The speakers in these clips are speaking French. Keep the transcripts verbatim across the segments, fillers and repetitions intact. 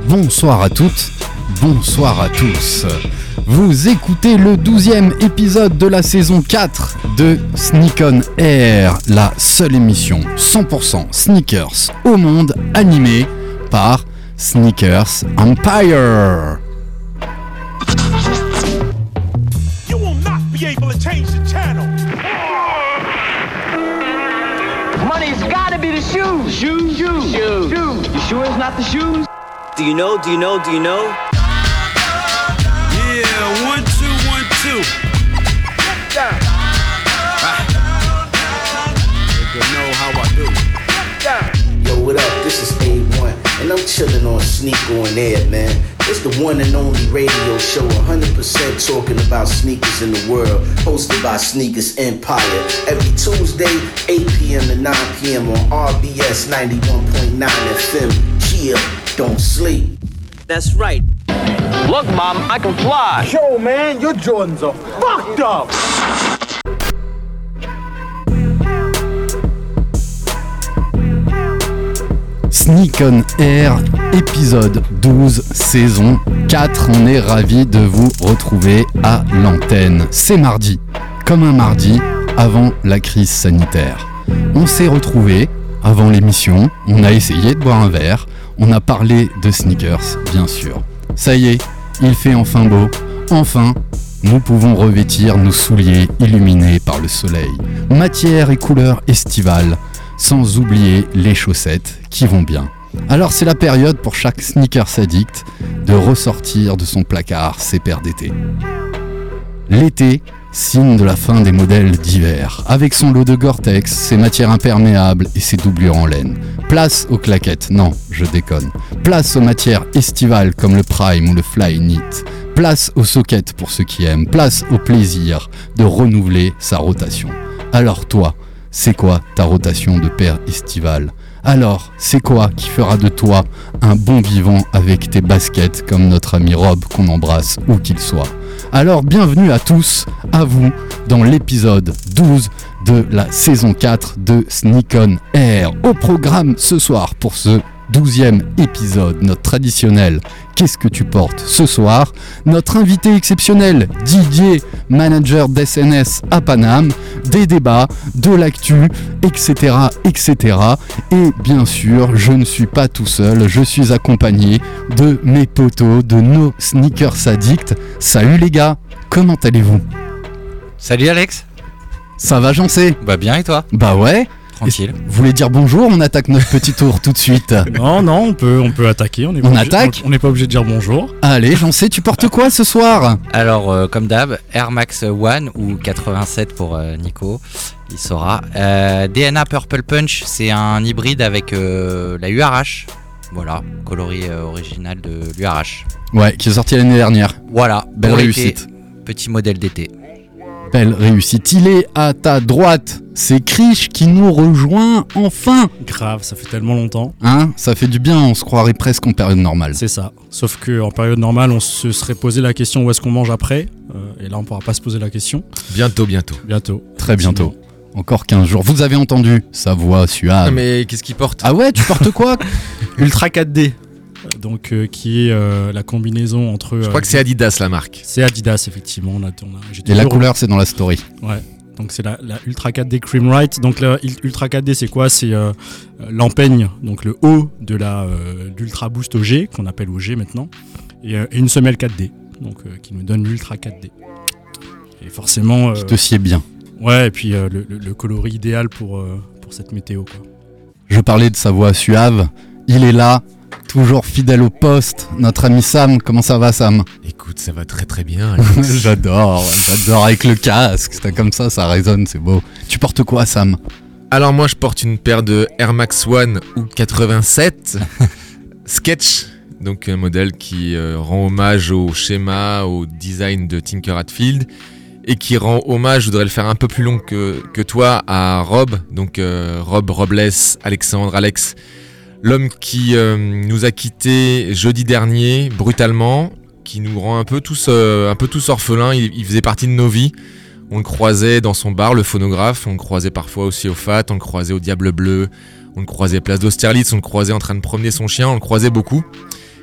Bonsoir à toutes, bonsoir à tous. Vous écoutez le douzième épisode de la saison quatre de Sneak On Air, la seule émission cent pour cent sneakers au monde animée par Sneakers Empire. You will not be able to change the channel. Money's gotta be the shoes. Shoes, shoes, shoes. Shoes. You sure it's not the shoes? Do you know, do you know, do you know? Yeah, one, two, one, two. Yeah. Ah. You know how I do. Yeah. Yo, what up? This is A one, and I'm chillin' on Sneak On Air, man. It's the one and only radio show one hundred percent talking about sneakers in the world, hosted by Sneakers Empire. Every Tuesday, eight p.m. to nine p.m. on R B S ninety-one point nine F M. Chill, don't sleep. That's right. Look, Mom, I can fly. Yo, man, your Jordans are fucked up. Sneak On Air, épisode douze, saison quatre. On est ravis de vous retrouver à l'antenne. C'est mardi, comme un mardi avant la crise sanitaire. On s'est retrouvés avant l'émission, on a essayé de boire un verre, on a parlé de sneakers, bien sûr. Ça y est, il fait enfin beau, enfin, nous pouvons revêtir nos souliers illuminés par le soleil. Matière et couleur estivale, sans oublier les chaussettes qui vont bien. Alors c'est la période pour chaque sneakers addict de ressortir de son placard ses paires d'été. L'été, signe de la fin des modèles d'hiver, avec son lot de Gore-Tex, ses matières imperméables et ses doublures en laine. Place aux claquettes, non, je déconne. Place aux matières estivales comme le Prime ou le Fly Knit. Place aux sockets pour ceux qui aiment. Place au plaisir de renouveler sa rotation. Alors toi, c'est quoi ta rotation de paires estivales ? Alors, c'est quoi qui fera de toi un bon vivant avec tes baskets comme notre ami Rob qu'on embrasse où qu'il soit ? Alors, bienvenue à tous, à vous, dans l'épisode douze de la saison quatre de Sneak On Air. Au programme ce soir pour ce douzième épisode, notre traditionnel Qu'est-ce que tu portes ce soir ? Notre invité exceptionnel, D J, manager d'S N S à Paname, des débats, de l'actu, et cetera, et cetera. Et bien sûr, je ne suis pas tout seul, je suis accompagné de mes potos, de nos sneakers addicts. Salut les gars, comment allez-vous ? Salut Alex. Ça va Jean-C ? Bah bien et toi ? Bah ouais. Tranquille. Vous voulez dire bonjour ? On attaque notre petit tour tout de suite. Non, non, on peut, on peut attaquer. On, est on obligé, attaque On n'est pas obligé de dire bonjour. Allez, j'en sais, tu portes quoi ce soir ? Alors, euh, comme d'hab, Air Max One ou quatre-vingt-sept pour euh, Nico, il saura. Euh, D N A Purple Punch, c'est un hybride avec euh, la U R H. Voilà, coloris euh, original de l'U R H. Ouais, qui est sorti l'année dernière. Voilà, belle pour réussite. l'été, petit modèle d'été. Belle réussite. Il est à ta droite. C'est Krish qui nous rejoint enfin. Grave, ça fait tellement longtemps. Hein, ça fait du bien, on se croirait presque en période normale. C'est ça. Sauf qu'en période normale, on se serait posé la question où est-ce qu'on mange après. Euh, et là, on pourra pas se poser la question. Bientôt, bientôt. Bientôt. Très bientôt. Encore quinze jours. Vous avez entendu sa voix suave. Mais qu'est-ce qu'il porte ? Ah ouais, tu portes quoi ? Ultra quatre D. Donc, euh, qui est euh, la combinaison entre. Je crois euh, que c'est Adidas la marque. C'est Adidas, effectivement. On a, on a, j'ai Et la toujours- couleur, c'est dans la story. Ouais. Donc c'est la, la Ultra quatre D Cream Right. Donc la Ultra quatre D c'est quoi ? C'est euh, l'empeigne, donc le haut de la euh, l'Ultra Boost O G qu'on appelle O G maintenant, et, euh, et une semelle quatre D, donc euh, qui nous donne l'Ultra quatre D. Et forcément, euh, Qui te sied bien. ouais, et puis euh, le, le, le coloris idéal pour euh, pour cette météo quoi. Je parlais de sa voix suave. Il est là, toujours fidèle au poste. Notre ami Sam, comment ça va Sam ? Écoute, ça va très très bien. Alex. J'adore, j'adore avec le casque. C'est comme ça, ça résonne, c'est beau. Tu portes quoi Sam ? Alors moi je porte une paire de Air Max One ou quatre-vingt-sept Sketch, donc un modèle qui euh, rend hommage au schéma, au design de Tinker Hatfield et qui rend hommage, je voudrais le faire un peu plus long que, que toi, à Rob, donc euh, Rob Robles, Alexandre, Alex, l'homme qui euh, nous a quittés jeudi dernier brutalement, qui nous rend un peu tous, euh, un peu tous orphelins. Il, il faisait partie de nos vies. On le croisait dans son bar, le phonographe, on le croisait parfois aussi au Fat, on le croisait au Diable Bleu, on le croisait place d'Austerlitz, on le croisait en train de promener son chien, on le croisait beaucoup.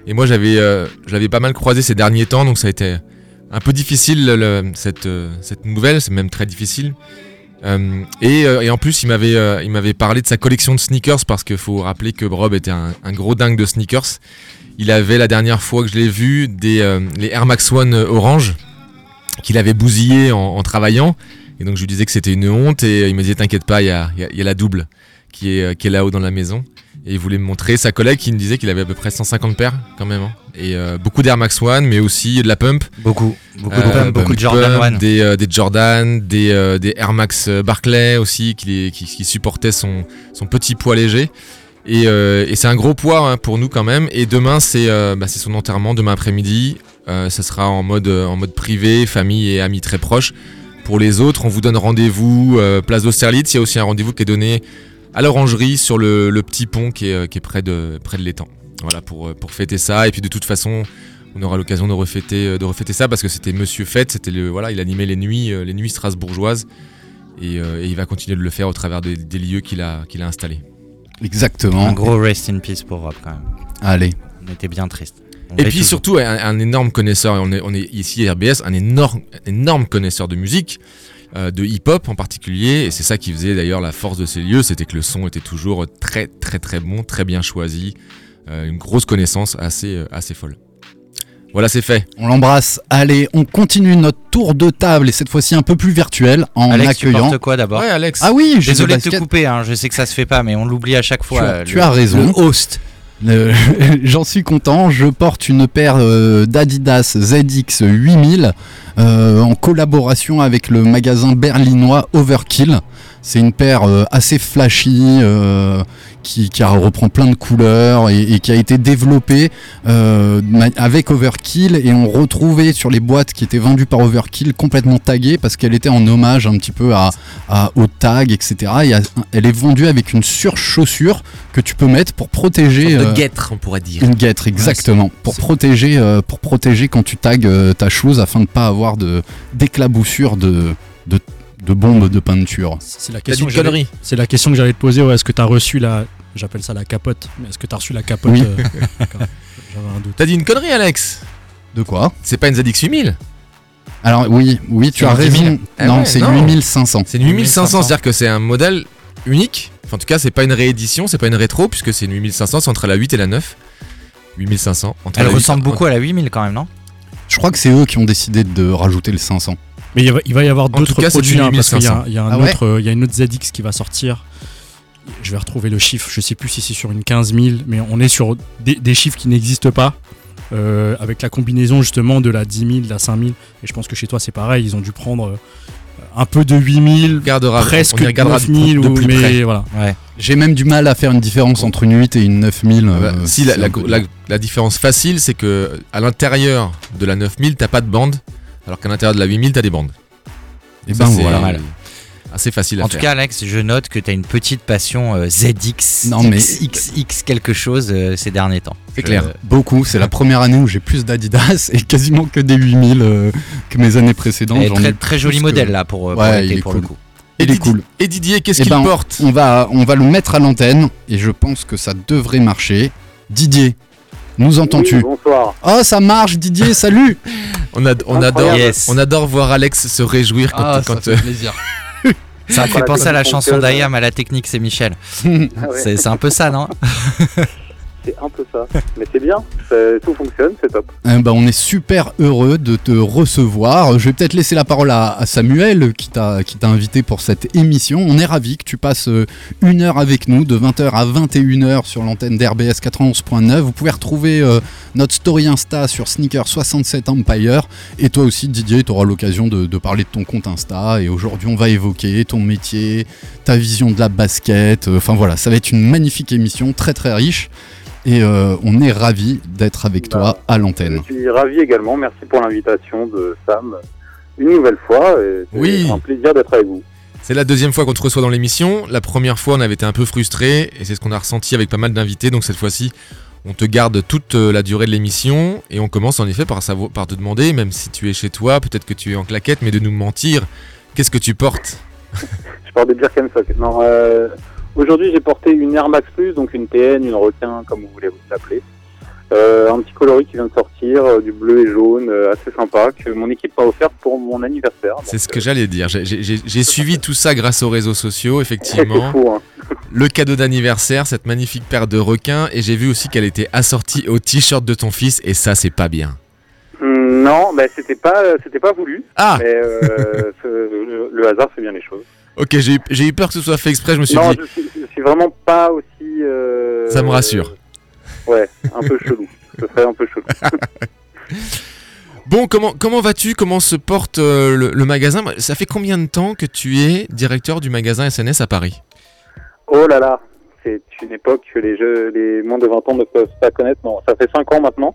Et moi, j'avais, euh, je l'avais pas mal croisé ces derniers temps, donc ça a été un peu difficile le, le- cette, euh, cette nouvelle, c'est même très difficile. Euh, et, euh, et en plus, il m'avait, euh, il m'avait parlé de sa collection de sneakers parce qu'il faut rappeler que Rob était un, un gros dingue de sneakers. Il avait la dernière fois que je l'ai vu des euh, les Air Max One orange qu'il avait bousillé en, en travaillant. Et donc je lui disais que c'était une honte et il me disait t'inquiète pas, il y a, il y a- il y a la double qui est, euh, qui est là-haut dans la maison. Et il voulait me montrer sa collègue qui me disait qu'il avait à peu près cent cinquante paires quand même. hein. Et euh, beaucoup d'Air Max One, mais aussi de la Pump. Beaucoup, beaucoup Euh, de pump, beaucoup de Jordan Pump, One. Des, euh, des Jordan, des, euh, des Air Max Barclay aussi qui, qui, qui supportaient son, son petit poids léger. Et, euh, et c'est un gros poids hein, pour nous quand même. Et demain, c'est euh, bah, c'est son enterrement, demain après-midi. Euh, ça sera en mode, en mode privé, famille et amis très proches. Pour les autres, on vous donne rendez-vous euh, place d'Austerlitz. Il y a aussi un rendez-vous qui est donné à l'orangerie sur le, le petit pont qui est, euh, qui est près de, près de l'étang. Voilà, pour, euh, pour fêter ça. Et puis de toute façon, on aura l'occasion de refêter, euh, de refêter ça parce que c'était Monsieur Fête. C'était le, voilà, il animait les nuits, euh, les nuits strasbourgeoises. Et, euh, et il va continuer de le faire au travers des, des lieux qu'il a, qu'il a installés. Exactement. Un gros rest in peace pour Rob quand même. Allez. On était bien triste. On Et l'est puis toujours. surtout, un, un énorme connaisseur, et on est, on est ici à R B S, un énorme, un énorme connaisseur de musique, euh, de hip-hop en particulier, et c'est ça qui faisait d'ailleurs la force de ces lieux, c'était que le son était toujours très très très bon, très bien choisi, euh, une grosse connaissance assez, euh, assez folle. Voilà, c'est fait. On l'embrasse. Allez, on continue notre tour de table et cette fois-ci un peu plus virtuel en Alex, tu accueillant. portes quoi d'abord? Ouais, Alex. Ah oui, j'ai Désolé le de te basket. couper, hein, je sais que ça se fait pas, mais on l'oublie à chaque fois. Tu as- euh, tu le- as raison. Le host. Euh, J'en suis content. Je porte une paire euh, d'Adidas Z X huit mille euh, en collaboration avec le magasin berlinois Overkill. C'est une paire euh, assez flashy euh, qui, qui a- reprend plein de couleurs et, et qui a été développée euh, ma- avec Overkill, et on retrouvait sur les boîtes qui étaient vendues par Overkill complètement taguées parce qu'elle était en hommage un petit peu à, à, au tag, et cetera. Et à- elle est vendue avec une surchaussure que tu peux mettre pour protéger. De euh, guêtre, on pourrait dire. une guêtre, exactement, pour protéger, euh, pour protéger quand tu tags euh, ta chose afin de pas avoir de d'éclaboussure de, de de bombes de peinture. C'est la T'as dit question une que j'allais- connerie. c'est la question que j'allais te poser. Ouais, est-ce que tu as reçu la. J'appelle ça la capote. Mais est-ce que tu as reçu la capote Oui. euh, d'accord. J'avais un doute. T'as dit une connerie, Alex. De quoi? C'est pas une Z X huit mille. Alors oui, oui, tu C'est as dix mille. raison. Ah non, ouais, c'est non. huit mille cinq cents. C'est une huit mille cinq cents, c'est-à-dire que c'est un modèle unique. Enfin, en tout cas, c'est pas une réédition, c'est pas une rétro, puisque c'est une huit mille cinq cents, c'est entre la huit et la neuf. huit mille cinq cents. Entre Elle la huit- ressemble beaucoup à la huit mille quand même, non? Je crois que c'est eux qui ont décidé de rajouter le cinq cents. Mais il va, il va y avoir tout d'autres cas, c'est produits du hein, parce qu'il y a, mille cinq cents. il y a un Ah ouais autre, euh, il y a une autre Z X qui va sortir. Je vais retrouver le chiffre. Je sais plus si c'est sur une quinze mille, mais on est sur des, des chiffres qui n'existent pas. euh, avec la combinaison justement de la dix mille, de la cinq mille. Et je pense que chez toi c'est pareil. Ils ont dû prendre euh, un peu de huit mille, On regardera, presque on y regardera neuf mille, de ou- plus mais près. voilà. Ouais. J'ai même du mal à faire une différence entre une huit et une neuf mille. Ah bah, euh, si la, c'est la, un peu la- dur. la différence facile, c'est que à l'intérieur de la neuf mille, t'as pas de bande, alors qu'à l'intérieur de la huit mille, t'as des bandes. Et Ça, ben c'est voilà. assez facile à En faire. tout cas, Alex, je note que tu as une petite passion euh, Z X, Non, mais- X, X, X quelque chose euh, ces derniers temps. C'est Je- clair. Beaucoup. C'est la première année où j'ai plus d'Adidas et quasiment que des huit mille euh, que mes années précédentes. Et J'en très, ai très plus joli que- modèle là pour, euh, pour Ouais, l'été, il est pour cool. le coup. Et, Il est Didier, cool. et Didier, qu'est-ce Eh qu'il ben, porte on va, on va le mettre à l'antenne et je pense que ça devrait marcher. Didier, nous entends-tu? Oui, bonsoir. Oh, ça marche, Didier, salut! on, ad- on, adore, Incroyable. Yes. on adore voir Alex se réjouir quand, Ah, quand, ça euh, fait plaisir. Ça me fait Voilà, penser à la comme chanson fonctionne. d'Ayam, à la technique, c'est Michel. Ah ouais, C'est c'est un peu ça, non? c'est un peu ça. Mais c'est bien, c'est- tout fonctionne, c'est top. Eh ben, on est super heureux de te recevoir. Je vais peut-être laisser la parole à, à Samuel qui t'a qui t'a invité pour cette émission. On est ravis que tu passes euh, une heure avec nous, de vingt heures à vingt et une heures sur l'antenne d'R B S quatre-vingt-onze point neuf. Vous pouvez retrouver euh, notre story Insta sur Sneaker soixante-sept Empire. Et toi aussi, Didier, tu auras l'occasion de, de parler de ton compte Insta. Et aujourd'hui, on va évoquer ton métier, ta vision de la basket. Euh, Enfin voilà, ça va être une magnifique émission, très très riche. Et euh, on est ravis d'être avec toi à l'antenne. Je suis ravi également, merci pour l'invitation de Sam une nouvelle fois. Et c'est Oui. un plaisir d'être avec vous. C'est la deuxième fois qu'on te reçoit dans l'émission. La première fois, on avait été un peu frustrés et c'est ce qu'on a ressenti avec pas mal d'invités. Donc cette fois-ci, on te garde toute euh, la durée de l'émission et on commence en effet par, savoir, par te demander, même si tu es chez toi, peut-être que tu es en claquette, mais de nous mentir. Qu'est-ce que tu portes? Je porte des Birkenstock. Non, euh, aujourd'hui j'ai porté une Air Max Plus, donc une T N, une requin, comme vous voulez vous l'appeler. Euh, un petit coloris qui vient de sortir, euh, du bleu et jaune, euh, assez sympa, que mon équipe m'a offert pour mon anniversaire. C'est ce que euh... j'allais dire. J'ai, j'ai, j'ai suivi tout ça grâce aux réseaux sociaux, effectivement. C'est fou, hein. Le cadeau d'anniversaire, cette magnifique paire de requins, et j'ai vu aussi qu'elle était assortie au t-shirt de ton fils, et ça, c'est pas bien. Mmh, non, bah, c'était pas, c'était pas voulu. Ah. Mais euh, ce, le, le hasard fait bien les choses. Ok, j'ai eu, j'ai eu peur que ce soit fait exprès. Je me suis non, dit. Non, je, je suis vraiment pas aussi. Euh, ça me rassure. Ouais, un peu chelou. Ce serait un peu chelou. Bon, comment, comment vas-tu? Comment se porte euh, le, le magasin? Ça fait combien de temps que tu es directeur du magasin S N S à Paris? Oh là là, c'est une époque que les, jeux, les moins de vingt ans ne peuvent pas connaître. Non, ça fait cinq ans maintenant.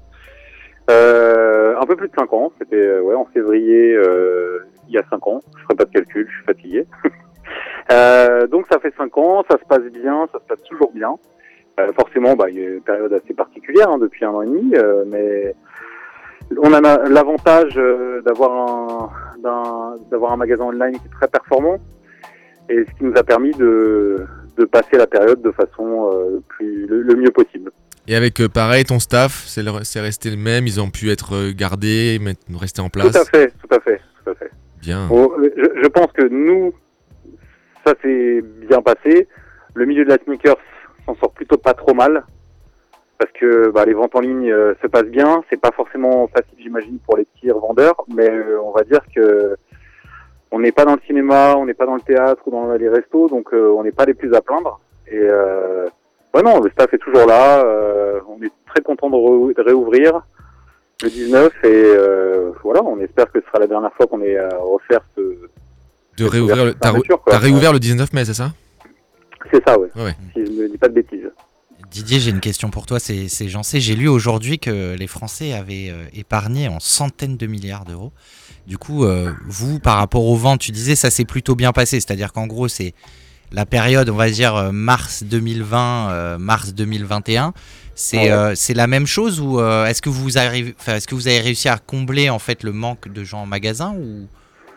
Euh, un peu plus de cinq ans. C'était euh, ouais, en février, euh, il y a cinq ans. Je ferai pas de calcul, je suis fatigué. euh, donc ça fait cinq ans, ça se passe bien, ça se passe toujours bien. Euh, forcément, bah, il y a une période assez particulière hein, depuis un an et demi, euh, mais on a l'avantage euh, d'avoir un, d'un, d'avoir un magasin online qui est très performant, et ce qui nous a permis de, de passer la période de façon euh, plus, le, le mieux possible. Et avec euh, pareil, ton staff, c'est, le, c'est resté le même, ils ont pu être gardés, rester en place? Tout à fait, tout à fait, tout à fait. Bien. Bon, je, je pense que nous, ça s'est bien passé. Le milieu de la sneakers s'en sort plutôt pas trop mal, parce que bah, les ventes en ligne euh, se passent bien. C'est pas forcément facile, j'imagine, pour les petits revendeurs, mais euh, on va dire que on n'est pas dans le cinéma, on n'est pas dans le théâtre ou dans les restos, donc euh, on n'est pas les plus à plaindre. Et euh, ouais, non, le staff est toujours là. Euh, on est très content de, re- de réouvrir le dix-neuf, et euh, voilà, on espère que ce sera la dernière fois qu'on ait à refaire ce. De réouvrir. Le, t'as, re- t'as réouvert le dix-neuf mai, c'est ça? C'est ça, ouais. ouais. Si je ne dis pas de bêtises. Didier, j'ai une question pour toi, c'est, c'est j'en sais, j'ai lu aujourd'hui que les Français avaient euh, épargné en centaines de milliards d'euros. Du coup, euh, vous, par rapport aux ventes, tu disais ça s'est plutôt bien passé, c'est-à-dire qu'en gros, c'est la période, on va dire, euh, mars deux mille vingt, euh, mars deux mille vingt et un, c'est, ouais. euh, c'est la même chose, ou euh, est-ce que vous arrivez, est-ce que vous avez réussi à combler en fait le manque de gens en magasin, ou...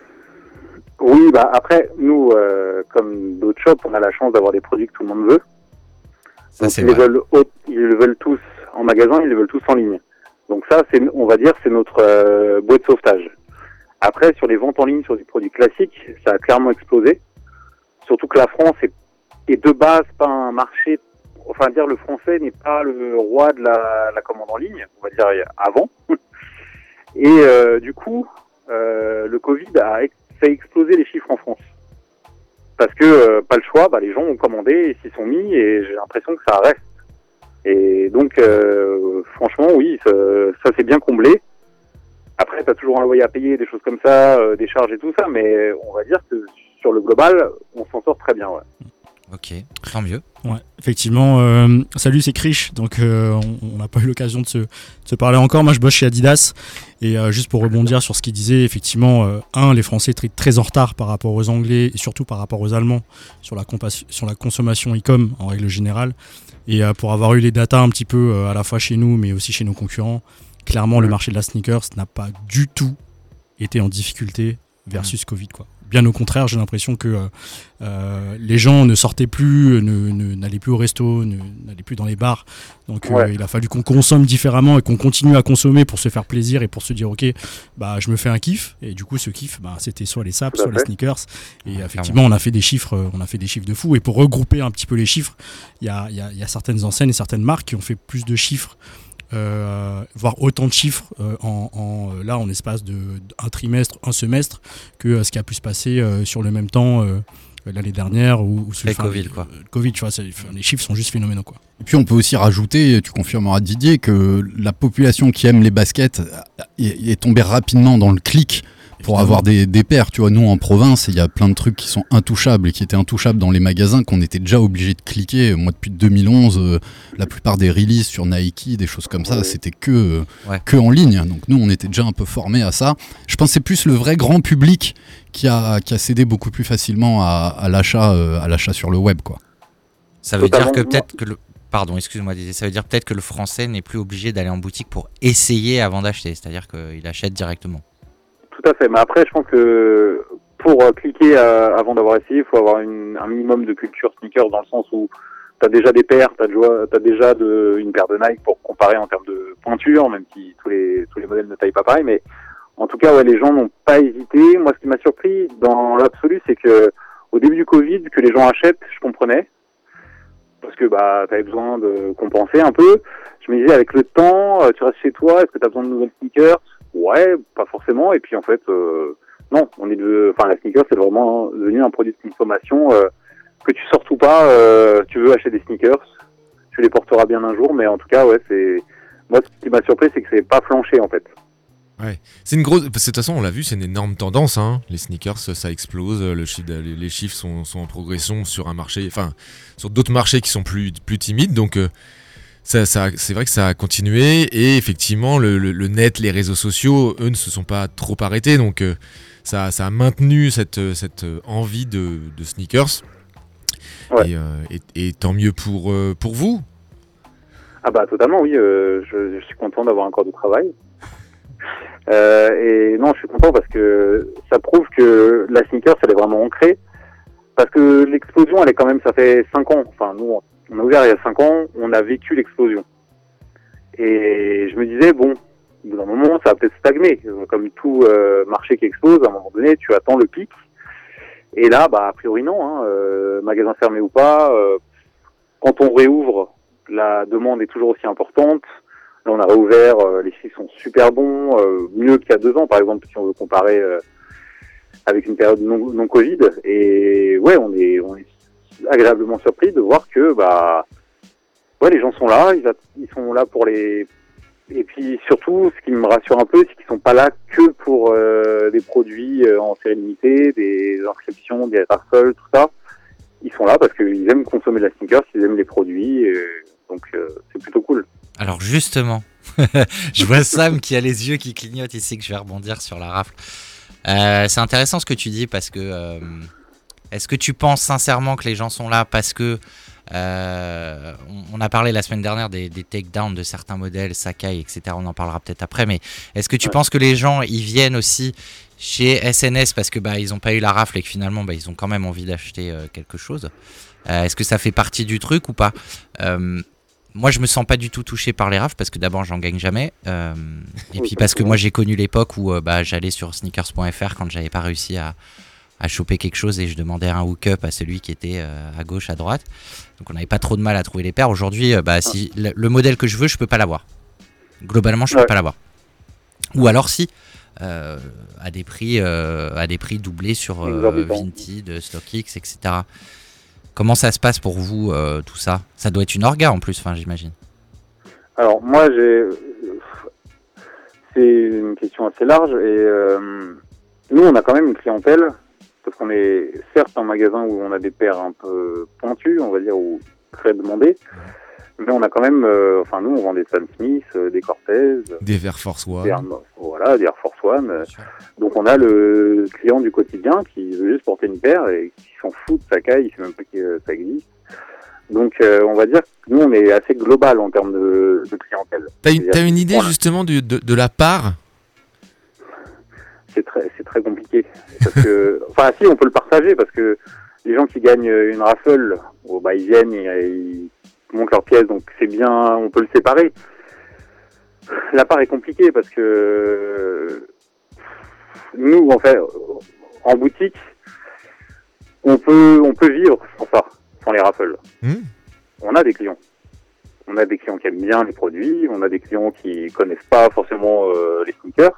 Oui, bah après, nous, euh, comme d'autres shops, on a la chance d'avoir des produits que tout le monde veut. Ça, donc c'est ils, vrai. les veulent, ils les veulent tous en magasin, ils les veulent tous en ligne. Donc ça, c'est, on va dire, c'est notre euh, bouée de sauvetage. Après, sur les ventes en ligne, sur des produits classiques, ça a clairement explosé. Surtout que la France est, est de base pas un marché, enfin dire le français n'est pas le roi de la, la commande en ligne, on va dire avant. Et euh, du coup, euh, le Covid a fait exploser les chiffres en France. Parce que, euh, pas le choix, bah, les gens ont commandé et s'y sont mis, et j'ai l'impression que ça reste. Et donc, euh, franchement, oui, ça, ça s'est bien comblé. Après, t'as toujours un loyer à payer, des choses comme ça, euh, des charges et tout ça, mais on va dire que sur le global, on s'en sort très bien, ouais. Ok, tant mieux. Ouais, effectivement. Euh, salut, c'est Krish. Donc, euh, on n'a pas eu l'occasion de se, de se parler encore. Moi, je bosse chez Adidas. Et euh, juste pour rebondir sur ce qu'il disait, effectivement, euh, un, les Français très, très en retard par rapport aux Anglais et surtout par rapport aux Allemands sur la, compas- sur la consommation e-com en règle générale. Et euh, pour avoir eu les datas un petit peu euh, à la fois chez nous, mais aussi chez nos concurrents, clairement, le marché de la sneakers n'a pas du tout été en difficulté versus Covid, quoi. Bien au contraire, j'ai l'impression que euh, euh, les gens ne sortaient plus, ne, ne, n'allaient plus au resto, ne, n'allaient plus dans les bars. Donc euh, ouais. il a fallu qu'on consomme différemment et qu'on continue à consommer pour se faire plaisir et pour se dire ok, bah je me fais un kiff. Et du coup ce kiff, bah c'était soit les saps, soit les sneakers. Et ouais, effectivement, on a fait des chiffres, on a fait des chiffres de fou. Et pour regrouper un petit peu les chiffres, il y a, y a, y a certaines enseignes et certaines marques qui ont fait plus de chiffres. Euh, voire autant de chiffres euh, en, en là en espace de un trimestre, un semestre que euh, ce qui a pu se passer euh, sur le même temps euh, l'année dernière ou, ou le Covid quoi. Euh, Covid, tu vois, c'est, les chiffres sont juste phénoménaux quoi. Et puis on peut aussi rajouter, tu confirmeras Didier, que la population qui aime les baskets est, est tombée rapidement dans le clic. Pour Évidemment. avoir des, des paires, tu vois, nous en province, il y a plein de trucs qui sont intouchables et qui étaient intouchables dans les magasins qu'on était déjà obligé de cliquer. Moi, depuis deux mille onze, euh, la plupart des releases sur Nike, des choses comme ça, ouais. c'était que, euh, ouais. que en ligne. Donc nous, on était déjà un peu formés à ça. Je pense que c'est plus le vrai grand public qui a, qui a cédé beaucoup plus facilement à, à, l'achat, euh, à l'achat sur le web, quoi. Ça veut Totalement dire que peut-être que le... Pardon, excuse-moi Didier, ça veut dire peut-être que le Français n'est plus obligé d'aller en boutique pour essayer avant d'acheter, c'est-à-dire qu'il achète directement. Tout à fait, mais après je pense que pour euh, cliquer euh, avant d'avoir essayé, il faut avoir une, un minimum de culture sneakers dans le sens où tu as déjà des paires, tu as déjà de, une paire de Nike pour comparer en termes de pointure, même si tous les tous les modèles ne taillent pas pareil. Mais en tout cas, ouais, les gens n'ont pas hésité. Moi, ce qui m'a surpris dans l'absolu, c'est que au début du Covid, que les gens achètent, je comprenais. Parce que bah t'avais besoin de compenser un peu. Je me disais avec le temps, euh, tu restes chez toi, est-ce que t'as besoin de nouvelles sneakers? Ouais, pas forcément. Et puis en fait, euh, non, on est de, enfin la sneaker c'est vraiment devenu un produit de consommation euh, que tu sortes ou pas, euh, tu veux acheter des sneakers, tu les porteras bien un jour. Mais en tout cas, ouais, c'est moi ce qui m'a surpris, c'est que c'est pas flanché en fait. Ouais, c'est une grosse. De toute façon, on l'a vu, c'est une énorme tendance. Hein. Les sneakers, ça explose. Le chiffre, les chiffres sont, sont en progression sur un marché, enfin, sur d'autres marchés qui sont plus plus timides. Donc, euh, ça, ça, c'est vrai que ça a continué. Et effectivement, le, le, le net, les réseaux sociaux, eux, ne se sont pas trop arrêtés. Donc, euh, ça, ça a maintenu cette cette envie de, de sneakers. Ouais. Et, euh, et, et tant mieux pour euh, pour vous. Ah bah totalement, oui. Euh, je, je suis content d'avoir un corps de travail. Euh, et non, je suis content parce que ça prouve que la sneaker, elle est vraiment ancrée. Parce que l'explosion, elle est quand même, ça fait cinq ans. Enfin, nous, on a ouvert il y a cinq ans, on a vécu l'explosion. Et je me disais, bon, au bout d'un moment, ça va peut-être stagner. Comme tout euh, marché qui explose, à un moment donné, tu attends le pic. Et là, bah, a priori, non. Hein, euh, magasin fermé ou pas, euh, quand on réouvre, la demande est toujours aussi importante. Là, on a réouvert, euh, les chiffres sont super bons, euh, mieux qu'il y a deux ans, par exemple, si on veut comparer euh, avec une période non, non Covid. Et ouais, on est, on est agréablement surpris de voir que, bah, ouais, les gens sont là, ils, a, ils sont là pour les. Et puis surtout, ce qui me rassure un peu, c'est qu'ils sont pas là que pour euh, des produits euh, en série limitée, des inscriptions, des raffles, tout ça. Ils sont là parce qu'ils aiment consommer de la sneakers, ils aiment les produits, et donc euh, c'est plutôt cool. Alors justement, je vois Sam qui a les yeux qui clignotent ici, que je vais rebondir sur la rafle. Euh, c'est intéressant ce que tu dis parce que euh, est-ce que tu penses sincèrement que les gens sont là parce que euh, on, on a parlé la semaine dernière des, des takedowns de certains modèles, Sakai, et cetera. On en parlera peut-être après, mais est-ce que tu ouais. penses que les gens ils viennent aussi chez S N S parce que bah ils ont pas eu la rafle et que finalement bah ils ont quand même envie d'acheter euh, quelque chose. Euh, est-ce que ça fait partie du truc ou pas? euh, Moi, je me sens pas du tout touché par les rafles parce que d'abord, j'en gagne jamais. Euh, et puis parce que moi, j'ai connu l'époque où euh, bah, j'allais sur sneakers point f r quand j'avais pas réussi à, à choper quelque chose et je demandais un hook-up à celui qui était euh, à gauche, à droite. Donc, on n'avait pas trop de mal à trouver les paires. Aujourd'hui, euh, bah, si le, le modèle que je veux, je peux pas l'avoir. Globalement, je peux ouais. pas l'avoir. Ou alors si, euh, à des prix, euh, à des prix doublés sur euh, Vinted, StockX, et cetera. Comment ça se passe pour vous, euh, tout ça? Ça doit être une orga en plus, enfin, j'imagine. Alors, moi, j'ai... C'est une question assez large. Et euh, nous, on a quand même une clientèle, parce qu'on est certes un magasin où on a des paires un peu pointues, on va dire, ou très demandées. Mais on a quand même... Euh, enfin, nous, on vend des Stan Smith, euh, des Cortez... Des Air Force One. Des Air, voilà, des Air Force One. Euh, donc, on a le client du quotidien qui veut juste porter une paire et qui s'en fout de sa caille, il sait même pas que ça existe. Donc, euh, on va dire que nous, on est assez global en termes de, de clientèle. T'as une, t'as une idée voilà. justement de, de, de la part? C'est très, c'est très compliqué. Parce que, enfin, si, on peut le partager parce que les gens qui gagnent une raffle, oh, bah, ils viennent, ils, ils montent leurs pièces, donc c'est bien, on peut le séparer. La part est compliquée parce que nous, en fait, en boutique, on peut, on peut vivre sans ça, sans les raffles. Mmh. On a des clients. On a des clients qui aiment bien les produits, on a des clients qui connaissent pas forcément euh, les sneakers.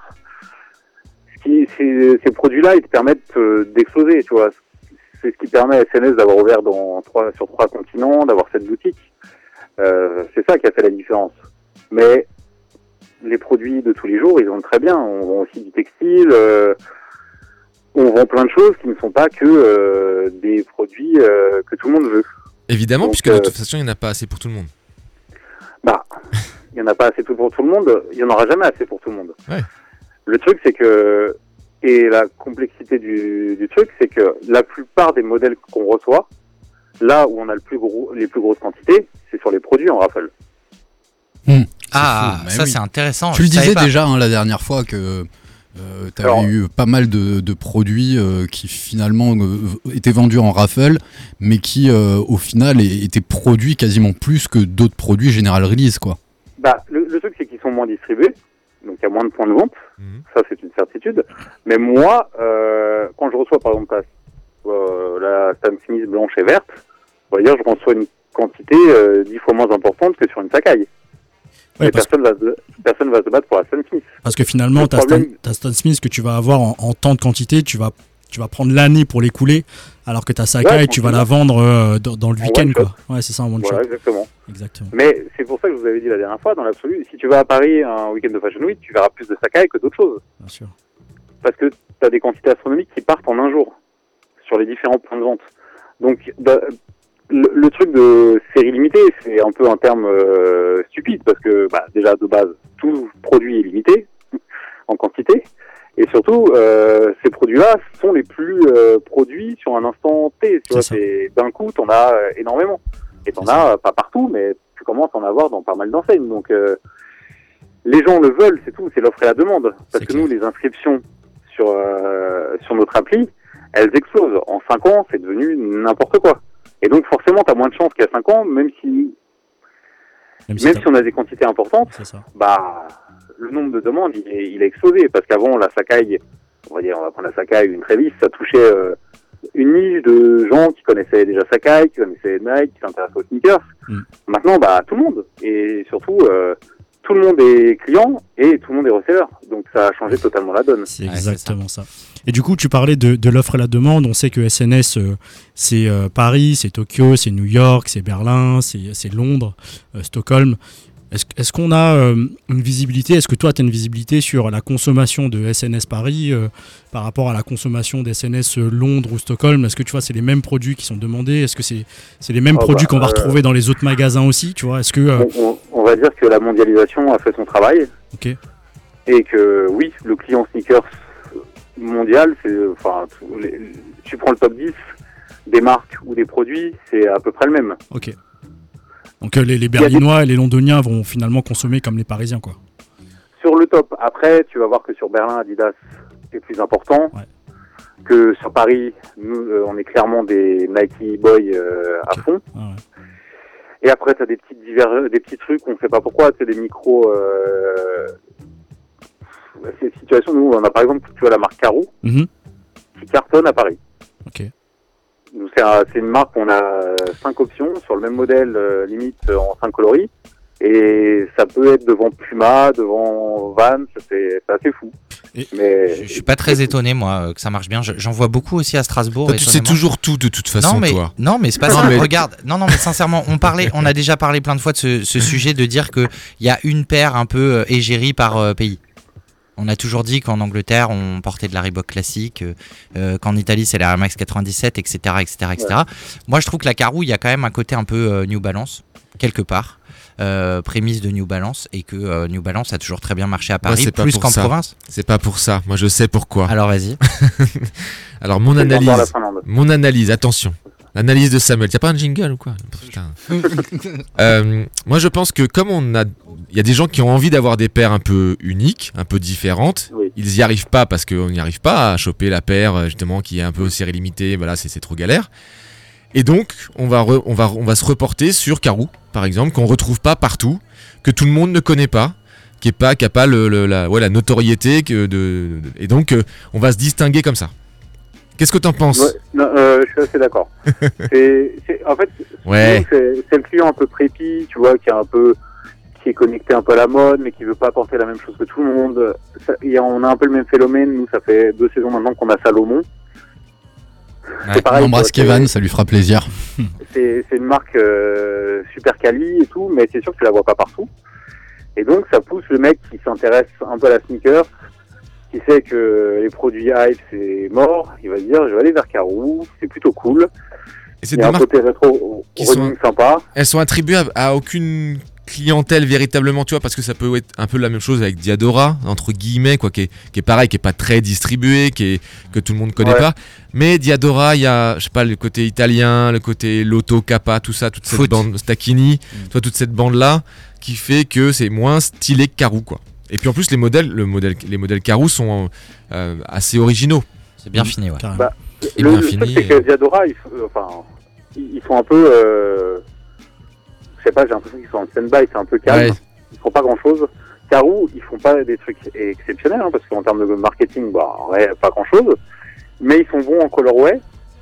Ce qui, ces, ces produits-là, ils te permettent euh, d'exploser, tu vois. C'est ce qui permet à S N S d'avoir ouvert dans trois, sur trois continents, d'avoir cette boutique. Euh, c'est ça qui a fait la différence. Mais les produits de tous les jours, ils vendent très bien. On vend aussi du textile, euh, on vend plein de choses qui ne sont pas que euh, des produits euh, que tout le monde veut. Évidemment, donc, puisque de toute euh, façon, il n'y en a pas assez pour tout le monde. Bah, il n'y en a pas assez pour tout le monde, il n'y en aura jamais assez pour tout le monde. Ouais. Le truc, c'est que, et la complexité du, du truc, c'est que la plupart des modèles qu'on reçoit, là où on a le plus gros, les plus grosses quantités, c'est sur les produits en raffle. Mmh, ah, fou, ça oui. C'est intéressant. Tu le disais déjà hein, la dernière fois que euh, tu avais eu pas mal de, de produits euh, qui finalement euh, étaient vendus en raffle, mais qui euh, au final étaient produits quasiment plus que d'autres produits General Release, quoi. Bah, le, le truc, c'est qu'ils sont moins distribués, donc il y a moins de points de vente. Mmh. Ça, c'est une certitude. Mais moi, euh, quand je reçois, par exemple, la, euh, la Stan Smith blanche et verte, on va dire, je reçois une quantité euh, dix fois moins importante que sur une Sakai. Ouais, Mais personne, va se, personne va se battre pour la Stan Smith. Parce que finalement, ta problème... Stan, ta Stan Smith que tu vas avoir en, en temps de quantité, tu vas, tu vas prendre l'année pour l'écouler, alors que ta Sakai, ouais, tu vas la vendre euh, dans, dans le en week-end, quoi. Ouais, c'est ça, en one voilà, shot. Exactement. Exactement. Mais c'est pour ça que je vous avais dit la dernière fois, dans l'absolu, si tu vas à Paris un week-end de Fashion Week, tu verras plus de Sakai que d'autres choses. Bien sûr. Parce que tu as des quantités astronomiques qui partent en un jour, sur les différents points de vente. Donc, bah, le, le truc de série limitée, c'est un peu un terme euh, stupide, parce que bah, déjà, de base, tout produit est limité, en quantité. Et surtout, euh, ces produits-là sont les plus euh, produits sur un instant T. Tu vois, c'est, d'un coup, t'en as euh, énormément. Et t'en as, euh, pas partout, mais tu commences à en avoir dans pas mal d'enseignes. Donc, euh, les gens le veulent, c'est tout, c'est l'offre et la demande. Parce c'est que clair. Nous, les inscriptions sur euh, sur notre appli, elles explosent. En cinq ans, c'est devenu n'importe quoi. Et donc, forcément, t'as moins de chances qu'il y a cinq ans, même si même si, même si on a des quantités importantes, bah... le nombre de demandes, il, est, il a explosé. Parce qu'avant, la Sakai, on va dire, on va prendre la Sakai ou une Travis, ça touchait euh, une niche de gens qui connaissaient déjà Sakai, qui connaissaient Nike, qui s'intéressaient aux sneakers. Mm. Maintenant, bah, tout le monde. Et surtout, euh, tout le monde est client et tout le monde est reseller. Donc, ça a changé totalement la donne. C'est exactement ouais, c'est ça. ça. Et du coup, tu parlais de, de l'offre et la demande. On sait que S N S, euh, c'est euh, Paris, c'est Tokyo, c'est New York, c'est Berlin, c'est, c'est Londres, euh, Stockholm. Est-ce, est-ce qu'on a euh, une visibilité, est-ce que toi tu as une visibilité sur la consommation de S N S Paris euh, par rapport à la consommation d'S N S Londres ou Stockholm? Est-ce que tu vois c'est les mêmes produits qui sont demandés? Est-ce que c'est, c'est les mêmes oh produits bah, qu'on va euh, retrouver dans les autres magasins aussi, tu vois? Est-ce que, euh... on, on, on va dire que la mondialisation a fait son travail. Ok. Et que oui, le client sneakers mondial, c'est, enfin, les, tu prends le top dix des marques ou des produits, c'est à peu près le même. Ok. Donc les, les Berlinois des... et les Londoniens vont finalement consommer comme les Parisiens, quoi. Sur le top. Après, tu vas voir que sur Berlin, Adidas est plus important. Ouais. Que sur Paris, nous, euh, on est clairement des Nike Boys euh, okay. à fond. Ah ouais. Et après, tu as des, divers... des petits trucs, on ne sait pas pourquoi, c'est des micros... Euh... Ces situations, nous, on a par exemple, tu vois, la marque Karoo, mm-hmm. qui cartonne à Paris. Ok. C'est, un, c'est une marque, on a cinq options sur le même modèle, euh, limite en cinq coloris. Et ça peut être devant Puma, devant Vans, c'est, c'est assez fou. Et mais je, je suis pas très étonné, moi, que ça marche bien. Je, j'en vois beaucoup aussi à Strasbourg. Toi, tu sais toujours tout de toute façon, non, mais, toi. Non, mais c'est pas non, ça. Mais... Regarde, non, non, mais sincèrement, on parlait, on a déjà parlé plein de fois de ce, ce sujet de dire que il y a une paire un peu égérie par euh, pays. On a toujours dit qu'en Angleterre, on portait de la Reebok classique, euh, qu'en Italie, c'est la Air Max quatre-vingt-dix-sept, et cetera, et cetera, et cetera. Ouais. Moi, je trouve que la Karoo, il y a quand même un côté un peu euh, New Balance, quelque part, euh, prémisse de New Balance, et que euh, New Balance a toujours très bien marché à Paris, ouais, plus qu'en ça. province. C'est pas pour ça. Moi, je sais pourquoi. Alors, vas-y. Alors, mon c'est analyse, mon analyse, attention. L'analyse de Samuel. T'as pas un jingle ou quoi? Putain. euh, moi, je pense que comme on a, il y a des gens qui ont envie d'avoir des paires un peu uniques, un peu différentes. Oui. Ils y arrivent pas parce qu'on n'y arrive pas à choper la paire justement qui est un peu série limitée. Voilà, c'est, c'est trop galère. Et donc, on va, re, on va, on va se reporter sur Karoo, par exemple, qu'on retrouve pas partout, que tout le monde ne connaît pas, qui est pas, qui a pas le, le, la, ouais, la notoriété que de, de, et donc euh, on va se distinguer comme ça. Qu'est-ce que t'en penses? Ouais, non, euh, je suis assez d'accord. c'est, c'est, en fait, ouais. c'est, c'est le client un peu prépi, tu vois, qui est un peu, qui est connecté un peu à la mode, mais qui veut pas apporter la même chose que tout le monde. Ça, et on a un peu le même phénomène. Nous, ça fait deux saisons maintenant qu'on a Salomon. Ouais. C'est pareil. On embrasse Kevin, ça lui fera plaisir. C'est, c'est une marque euh, super quali et tout, mais c'est sûr que tu la vois pas partout. Et donc, ça pousse le mec qui s'intéresse un peu à la sneaker, qui sait que les produits hype c'est mort, il va se dire je vais aller vers Karoo, c'est plutôt cool. Et c'est il y a un côté rétro qui sont sympa. Elles sont attribuées à, à aucune clientèle véritablement, tu vois, parce que ça peut être un peu la même chose avec Diadora entre guillemets, quoi, qui est, qui est pareil, qui est pas très distribué, qui est que tout le monde connaît ouais. pas. Mais Diadora, il y a, je sais pas, le côté italien, le côté Lotto, Kappa, tout ça, toute cette Foot. bande Stacchini, mm. toi toute cette bande là, qui fait que c'est moins stylé que Karoo, quoi. Et puis en plus les modèles, le modèle, les modèles Karoo sont euh, assez originaux. C'est bien fini, ouais. Bah, et le, bien le fini. C'est et... que Diadora, ils, enfin, ils sont un peu, euh, je sais pas, j'ai l'impression qu'ils sont en stand-by, c'est un peu calme. Ouais. ils font pas grand chose. Karoo, ils font pas des trucs exceptionnels, hein, parce qu'en termes de marketing, bah, ouais, pas grand chose. Mais ils sont bons en colorway.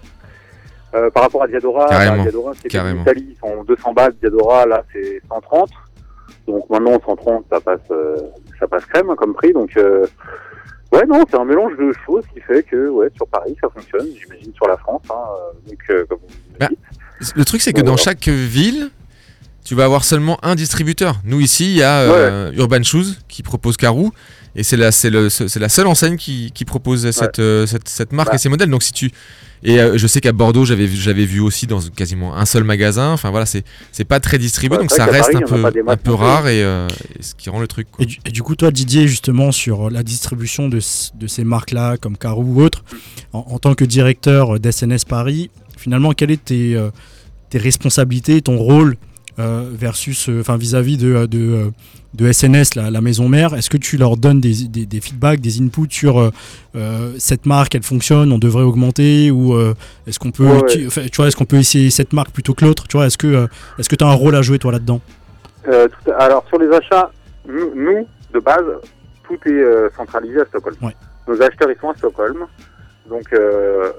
Euh, par rapport à Diadora, bah, Diadora, c'est en Italie, ils sont deux cents balles. Diadora, là, c'est cent trente. Donc maintenant, cent trente, ça passe, euh, ça passe crème, hein, comme prix. Donc, euh, ouais, non, c'est un mélange de choses qui fait que, ouais, sur Paris, ça fonctionne. J'imagine sur la France, hein. Donc, euh, comme vous bah, le truc, c'est que bon, dans voilà. chaque ville, tu vas avoir seulement un distributeur. Nous, ici, il y a euh, ouais. Urban Shoes qui propose Karoo. Et c'est la, c'est, le, c'est la seule enseigne qui, qui propose ouais. cette, euh, cette, cette marque bah. et ces modèles. Donc si tu et euh, je sais qu'à Bordeaux j'avais vu, j'avais vu aussi dans quasiment un seul magasin. Enfin voilà, c'est c'est pas très distribué, ouais, donc ça reste Paris, un peu un peu rare et, euh, et ce qui rend le truc. Quoi. Et, du, et du coup toi Didier, justement sur la distribution de de ces marques là comme Karoo ou autres, en, en tant que directeur d'S N S Paris, finalement quelles étaient tes, euh, tes responsabilités, ton rôle euh, versus enfin euh, vis-à-vis de de de S N S, la, la maison mère? Est-ce que tu leur donnes des, des, des feedbacks, des inputs sur euh, cette marque, elle fonctionne, on devrait augmenter, ou euh, est-ce qu'on peut, ouais, tu, ouais. tu vois, est-ce qu'on peut essayer cette marque plutôt que l'autre? Tu vois, est-ce que euh, est-ce que tu as un rôle à jouer toi là-dedans? euh, tout, Alors sur les achats, nous, nous de base, tout est euh, centralisé à Stockholm. Ouais. Nos acheteurs ils sont à Stockholm, donc euh,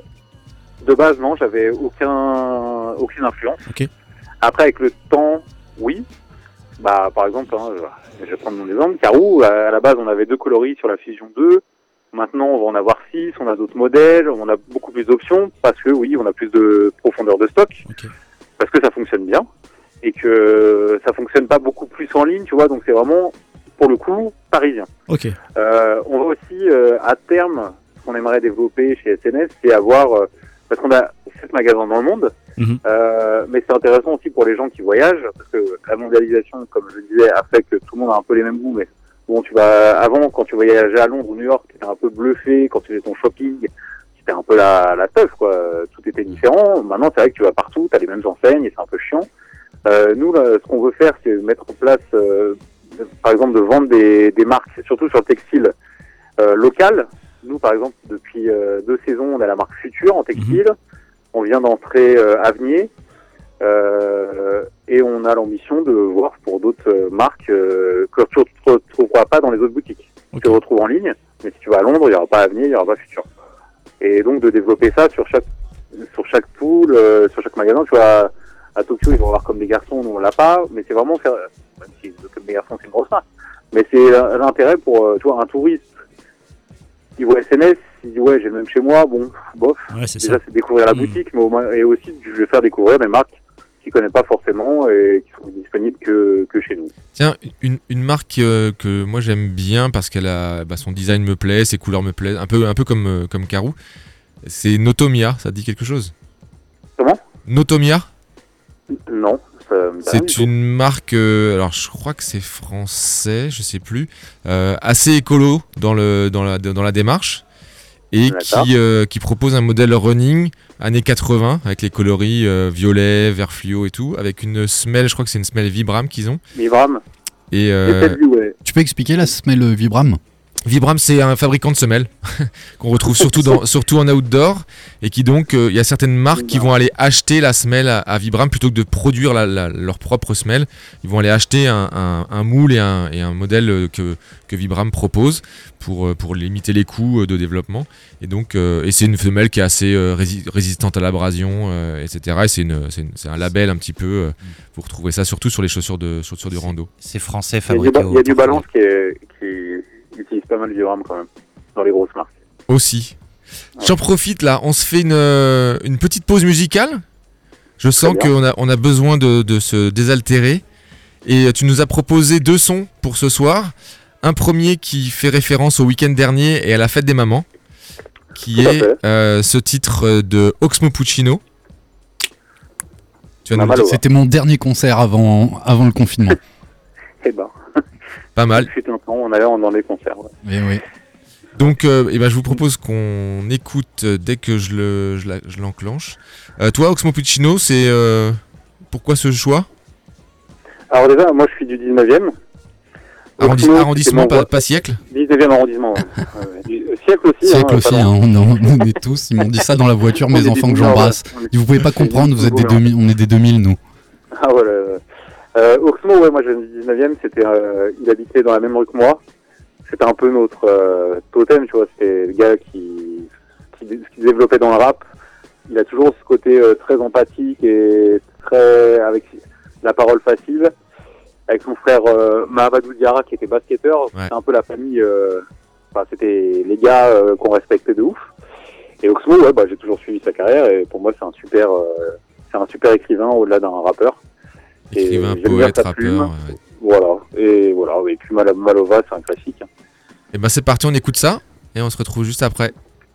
de base non, j'avais aucun aucune influence. Okay. Après avec le temps, oui. Bah, par exemple, hein, je vais prendre mon exemple, Karoo, à la base, on avait deux coloris sur la Fusion deux. Maintenant, on va en avoir six, on a d'autres modèles, on a beaucoup plus d'options parce que, oui, on a plus de profondeur de stock. Okay. Parce que ça fonctionne bien et que ça fonctionne pas beaucoup plus en ligne, tu vois, donc c'est vraiment, pour le coup, parisien. Okay. Euh, on va aussi, euh, à terme, ce qu'on aimerait développer chez S N S, c'est avoir, euh, parce qu'on a sept magasins dans le monde, Mmh. Euh, mais c'est intéressant aussi pour les gens qui voyagent, parce que la mondialisation, comme je le disais, a fait que tout le monde a un peu les mêmes goûts. Mais bon, tu vas avant, quand tu voyageais à Londres ou New York, tu étais un peu bluffé. Quand tu faisais ton shopping, c'était un peu la, la teuf, quoi. Tout était différent. Maintenant, c'est vrai que tu vas partout, tu as les mêmes enseignes et c'est un peu chiant. Euh, nous, là, ce qu'on veut faire, c'est mettre en place, euh, par exemple, de vendre des, des marques, surtout sur le textile euh, local. Nous, par exemple, depuis euh, deux saisons, on a la marque Future en textile. Mmh. On vient d'entrer euh, Avenir euh, et on a l'ambition de voir pour d'autres euh, marques euh, que tu ne retrouveras pas dans les autres boutiques. Okay. Tu les retrouves en ligne, mais si tu vas à Londres, il n'y aura pas Avenir, il n'y aura pas Future. Et donc de développer ça sur chaque sur chaque pool, euh, sur chaque magasin. Tu vois, à Tokyo, ils vont avoir comme des garçons, nous on l'a pas, mais c'est vraiment faire, même si comme des garçons c'est une grosse marque, mais c'est l'intérêt pour euh, tu vois, un touriste qui voit S N S. Il dit ouais, j'ai le même chez moi, bon, bof. Ouais, c'est déjà ça. C'est découvrir la mmh. boutique, mais au moins, et aussi je vais faire découvrir des marques qu'il connaît pas forcément et qui sont disponibles que, que chez nous. Tiens, une, une marque euh, que moi j'aime bien parce qu'elle a bah, son design me plaît, ses couleurs me plaisent, un peu un peu comme euh, comme Karoo. C'est Notomia, ça te dit quelque chose? Comment? Notomia? Non. C'est une marque, euh, alors je crois que c'est français, je sais plus, euh, assez écolo dans le dans la dans la démarche. Et qui, euh, qui propose un modèle running années quatre-vingts avec les coloris euh, violet, vert fluo et tout, avec une semelle, je crois que c'est une semelle Vibram qu'ils ont. Vibram. Et euh, vu, ouais. Tu peux expliquer la semelle Vibram? Vibram, c'est un fabricant de semelles qu'on retrouve surtout, dans, surtout en outdoor et qui donc, il euh, y a certaines marques qui vont aller acheter la semelle à, à Vibram plutôt que de produire la, la, leur propre semelle. Ils vont aller acheter un, un, un moule et un, et un modèle que, que Vibram propose pour, pour limiter les coûts de développement. Et donc, euh, et c'est une semelle qui est assez euh, rési- résistante à l'abrasion, euh, et cetera. Et c'est, une, c'est, une, c'est un label un petit peu. Euh, vous retrouvez ça surtout sur les chaussures de, sur, sur du rando. C'est français, fabriqué. Il y a du, ba- il y a du balance qui est. Qui... utilise pas mal Vibram quand même, dans les grosses marques. Aussi. Ouais. J'en profite là, on se fait une, euh, une petite pause musicale. Je sens qu'on a, on a besoin de, de se désaltérer. Et tu nous as proposé deux sons pour ce soir. Un premier qui fait référence au week-end dernier et à la fête des mamans, qui Tout est euh, ce titre de Oxmo Puccino. Tu vas nous dire, c'était mon dernier concert avant, avant le confinement. Eh ben. Pas mal. On allait dans les concerts. Ouais. Oui, oui. Donc, euh, eh ben, je vous propose qu'on écoute dès que je, le, je, la, je l'enclenche. Euh, toi, Oxmo Puccino, c'est euh, pourquoi ce choix? Alors déjà, moi je suis du dix-neuvième. Arrondi- Oxmo, arrondissement, pas, pas siècle. dix-neuvième arrondissement. Ouais. Ouais, du, siècle aussi. Siècle hein, aussi, hein, on, on est tous. Ils m'ont dit ça dans la voiture, mes enfants que j'embrasse. Vous pouvez pas comprendre, vous êtes des deux mille, on est des deux mille, nous. Ah voilà. Euh, Oxmo, ouais, moi je viens du dix-neuvième, c'était, euh, il habitait dans la même rue que moi. C'était un peu notre euh, totem, tu vois, c'était le gars qui, qui, qui développait dans le rap. Il a toujours ce côté euh, très empathique et très avec la parole facile. Avec son frère euh, Mahamadou Diarra qui était basketteur, Ouais. c'était un peu la famille, euh, enfin c'était les gars euh, qu'on respectait de ouf. Et Oxmo, ouais, bah j'ai toujours suivi sa carrière et pour moi c'est un super, euh, c'est un super écrivain au-delà d'un rappeur. Écrivain, Et j'aime bien poète, sa rappeur. plume. Ouais. Voilà, et voilà, et puis Mal- Malova, c'est un classique. hein. Et ben c'est parti, on écoute ça et on se retrouve juste après.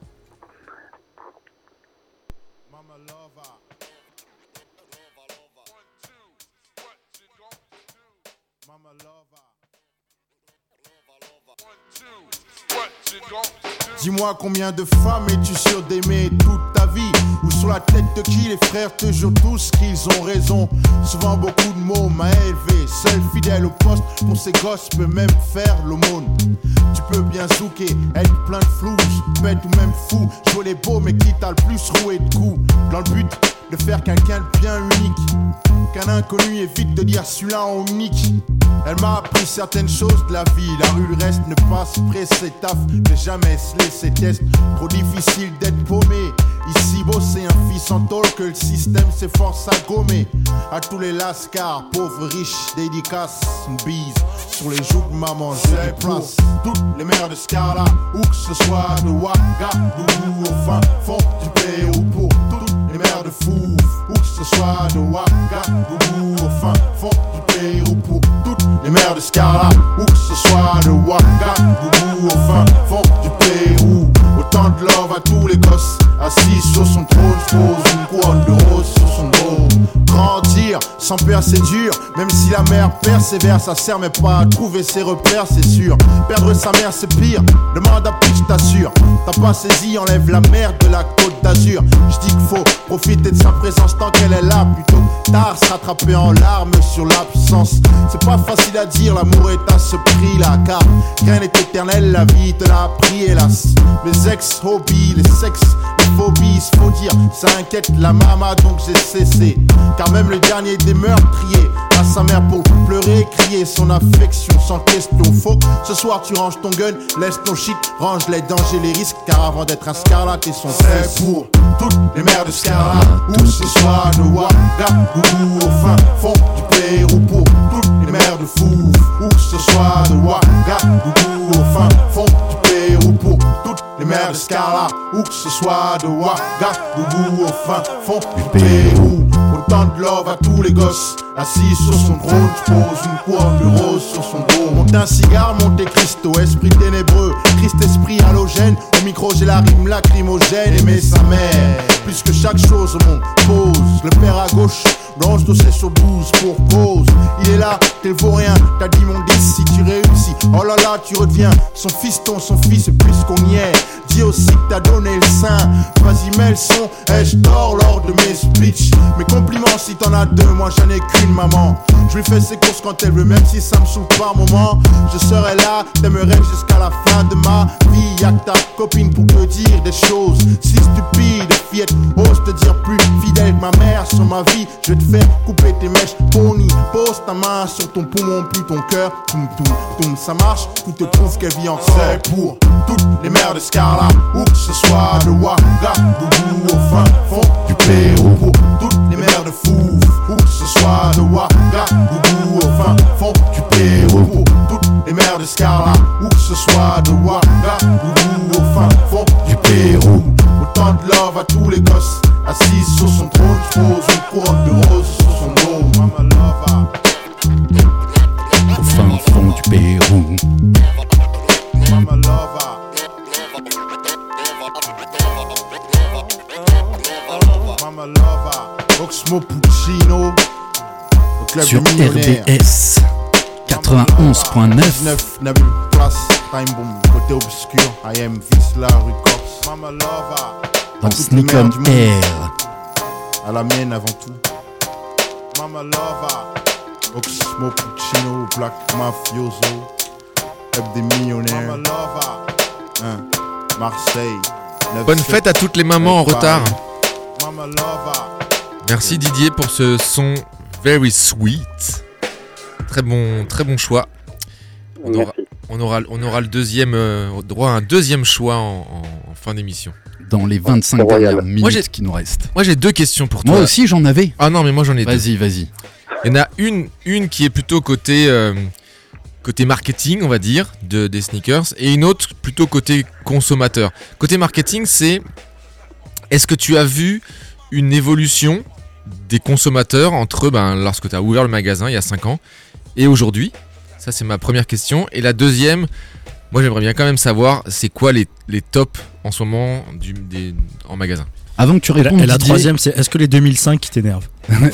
Dis-moi combien de femmes es-tu sûr d'aimer toute ta vie? Ou sur la tête de qui les frères te jurent tous qu'ils ont raison? Souvent beaucoup de mots m'a élevé, seul fidèle au poste pour ces gosses peut même faire l'aumône. Tu peux bien zouker, être plein de flous, bête ou même fou, jouer les beaux mais qui t'a le plus roué de coups. Dans le but de faire quelqu'un de bien unique, qu'un inconnu évite de dire celui-là en unique. Elle m'a appris certaines choses de la vie. La rue, le reste ne passe pressé taf. Ne jamais se laisser test. Trop difficile d'être paumé. Ici, bosser un fils en tôle que le système s'efforce à gommer. À tous les lascars, pauvres, riches, dédicaces, une bise sur les joues de maman, je déplace. Toutes les mères de Scarla, où que ce soit de Ouagadougou au fin fond du Pérou. Pour toutes les mères de Fouf, où que ce soit de Ouagadougou au fin fond du Pérou. Pour toutes les mères de Scarla, où que ce soit de Ouagadougou au fin fond du Pérou. Autant de love à tous les gosses, assis sur son trône, j'pose une couronne de rose sur son dos. Grandir sans peur c'est dur, même si la mère persévère, ça sert mais pas à trouver ses repères, c'est sûr. Perdre sa mère c'est pire, demande à Pitch, t'assure. T'as pas saisi, enlève la merde de la côte d'Azur. J'dis qu'il faut profiter de sa présence tant qu'elle est là, plutôt tard se rattraper en larmes sur l'absence. C'est pas facile à dire, l'amour est à ce prix là, car rien n'est éternel, la vie te l'a appris hélas. Mes ex-hobbies, les sexes, les phobies, faut dire, ça inquiète la mama donc j'ai cessé. Car même le dernier des meurtriers à sa mère pour pleurer, crier son affection sans question. Faut que ce soir tu ranges ton gun, laisse ton shit, range les dangers, les risques. Car avant d'être un scarlate et son frère pour toutes les mères de Scarla, où ce soit de Ouagadougou au fin fond du Pérou. Pour toutes les mères de Fouf, où que ce soit de Ouagadougou au fin fond du Pérou. Pour toutes les mères de Scarla, où que ce soit de Ouagadougou au fin fond du Pérou. Autant de love à tous les gosses, assis sur son trône, j'pose une couronne de rose sur son dos. Monte un cigare, Monte Cristo, esprit ténébreux, Christ esprit halogène. Au micro j'ai la rime lacrymogène, aimer sa mère, plus que chaque chose au monde pose. Le père à gauche, blanche dossier sur douze pour cause. Il est là, t'es le vaut rien, t'as dit mon dix si tu réussis. Oh là là, tu redeviens son fiston, son fils, plus qu'on y est. Dis aussi que t'as donné le sein, vas-y mets le son, et je dors lors de mes speeches. Mes compliments si t'en as deux, moi j'en ai qu'une maman. Je lui fais ses courses quand elle veut, même si ça me saoule par moment. Je serai là, t'aimerais jusqu'à la fin de ma vie. Y'a que ta copine pour te dire des choses si stupides. Fillette, ose te dire plus fidèle que ma mère sur ma vie. Je vais te faire couper tes mèches, pony. Pose ta main sur ton poumon, plus ton cœur. Toum toum toum, ça marche, tout te prouve qu'elle vit encore. C'est pour toutes les mères de Scarla, où que ce soit de Ouagadougou au fin fond du Pérou. Pour toutes les mères de Fouf, où que ce soit de Ouagadougou au fin fond du Pérou. Pour toutes les mères de Scarla, où que ce soit de Ouagadougou au fin fond du Pérou. Autant de love à tous les gosses, assis sur son trône, j'pose une couronne de rose sur son dos. Mama lova. Au fin fond du Pérou. Mama lova. Mama lova. Oxmo Puccino. Au club Sur des R millionnaires. B S quatre-vingt-onze point neuf. dix-neuf Nabu Place, Time Bomb, côté obscur, I am Visla Records. Mama lova. Dans À toutes Sneak les mères on du monde. Air. À la mienne avant tout. Mama lova. Oxmo Puccino, Black Mafioso. Club des millionnaires. Mama lova. Hein, Marseille. Bonne fête à toutes les mamans en retard. Mama lova. Merci Didier pour ce son very sweet. très bon, très bon choix. On aura, on aura, on aura le deuxième, euh, droit à un deuxième choix en, en, en fin d'émission. Dans les vingt-cinq Royal. dernières minutes Moi, j'ai- qui nous restent. Moi j'ai deux questions pour toi. Moi aussi, j'en avais. Ah non, mais moi j'en ai deux. Vas-y, vas-y. Il y en a une, une qui est plutôt côté, euh, côté marketing, on va dire, de, des sneakers, et une autre plutôt côté consommateur. Côté marketing, c'est est-ce que tu as vu une évolution des consommateurs entre ben, lorsque tu as ouvert le magasin il y a cinq ans et aujourd'hui? Ça, c'est ma première question. Et la deuxième, moi j'aimerais bien quand même savoir c'est quoi les, les tops en ce moment du, des, en magasin. Avant que tu Et la, répondes, et la Didier, troisième, c'est est-ce que les deux mille cinq qui t'énervent?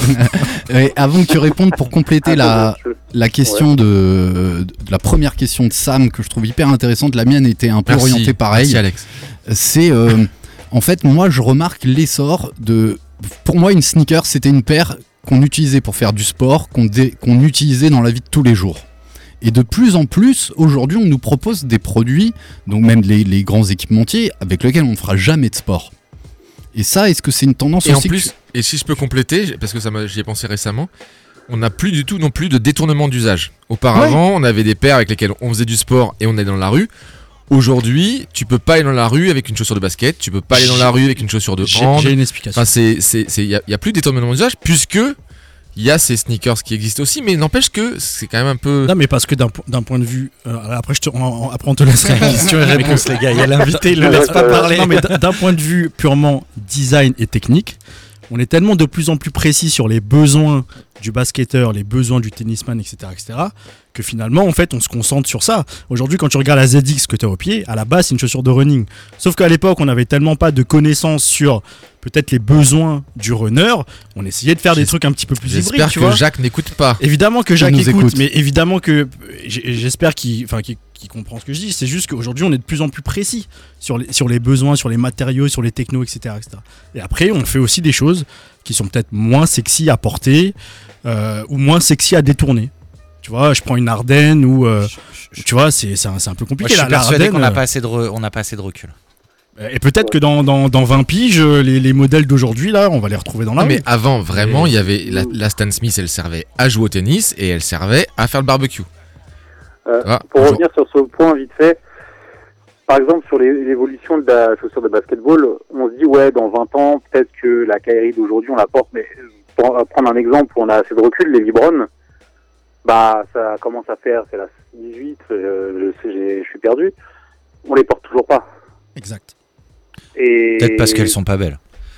et avant que tu répondes, pour compléter la, Attends, je- la question de, de la première question de Sam que je trouve hyper intéressante, la mienne était un peu Merci. orientée pareil. Merci Alex. C'est euh, en fait, moi je remarque l'essor de. Pour moi, une sneaker, c'était une paire qu'on utilisait pour faire du sport, qu'on dé- qu'on utilisait dans la vie de tous les jours. Et de plus en plus, aujourd'hui, on nous propose des produits, donc même les, les grands équipementiers, avec lesquels on ne fera jamais de sport. Et ça, est-ce que c'est une tendance Et en aussi que plus, et si je peux compléter, parce que ça m'a- j'y ai pensé récemment, on n'a plus du tout non plus de détournement d'usage. Auparavant, on avait des paires avec lesquelles on faisait du sport et on allait dans la rue. Aujourd'hui, tu peux pas aller dans la rue avec une chaussure de basket, tu peux pas aller dans la rue avec une chaussure de J'ai hand. j'ai une explication. Enfin, c'est, c'est, c'est, y a, y a plus de détournement d'usage puisque il y a ces sneakers qui existent aussi, mais n'empêche que c'est quand même un peu. Non, mais parce que d'un po- d'un point de vue. euh, après, je te, on, on- après, on te laissera la question et réponse, les gars. Il y a l'invité, il le laisse pas parler. Non, mais d'un d'un point de vue purement design et technique, on est tellement de plus en plus précis sur les besoins du basketteur, les besoins du tennisman, et cetera, et cetera, que finalement, en fait, on se concentre sur ça. Aujourd'hui, quand tu regardes la Z X que tu as au pied, à la base, c'est une chaussure de running. Sauf qu'à l'époque, on n'avait tellement pas de connaissances sur peut-être les besoins du runner, on essayait de faire des J'es- trucs un petit peu plus hybrides, J'espère tu que vois. Jacques n'écoute pas. Évidemment que Jacques nous écoute, écoute. mais évidemment que j'- j'espère qu'il, enfin, qu'il, qu'il comprend ce que je dis. C'est juste qu'aujourd'hui, on est de plus en plus précis sur les, sur les besoins, sur les matériaux, sur les technos, et cetera, et cetera. Et après, on fait aussi des choses qui sont peut-être moins sexy à porter euh, ou moins sexy à détourner. Tu vois, je prends une Ardenne ou euh, tu vois, c'est, c'est, un, c'est un peu Moi, compliqué. je suis la- la persuadé Ardenne, qu'on n'a euh, pas assez de re- on n'a pas assez de recul. Et peut-être que dans, dans, dans vingt piges, les, les modèles d'aujourd'hui, là, on va les retrouver dans la Non, rue. mais avant, vraiment, il y avait la, la Stan Smith, elle servait à jouer au tennis et elle servait à faire le barbecue. Euh, Ah, pour bonjour. revenir sur ce point vite fait, par exemple sur les- l'évolution de la chaussure de basketball, on se dit ouais dans vingt ans peut-être que la Kyrie d'aujourd'hui on la porte, mais pour prendre un exemple où on a assez de recul, les Libron, bah ça commence à faire, c'est la dix-huit, euh, je sais, j'ai- je suis perdu, on les porte toujours pas. Exact. Et Peut-être parce qu'elles sont pas belles.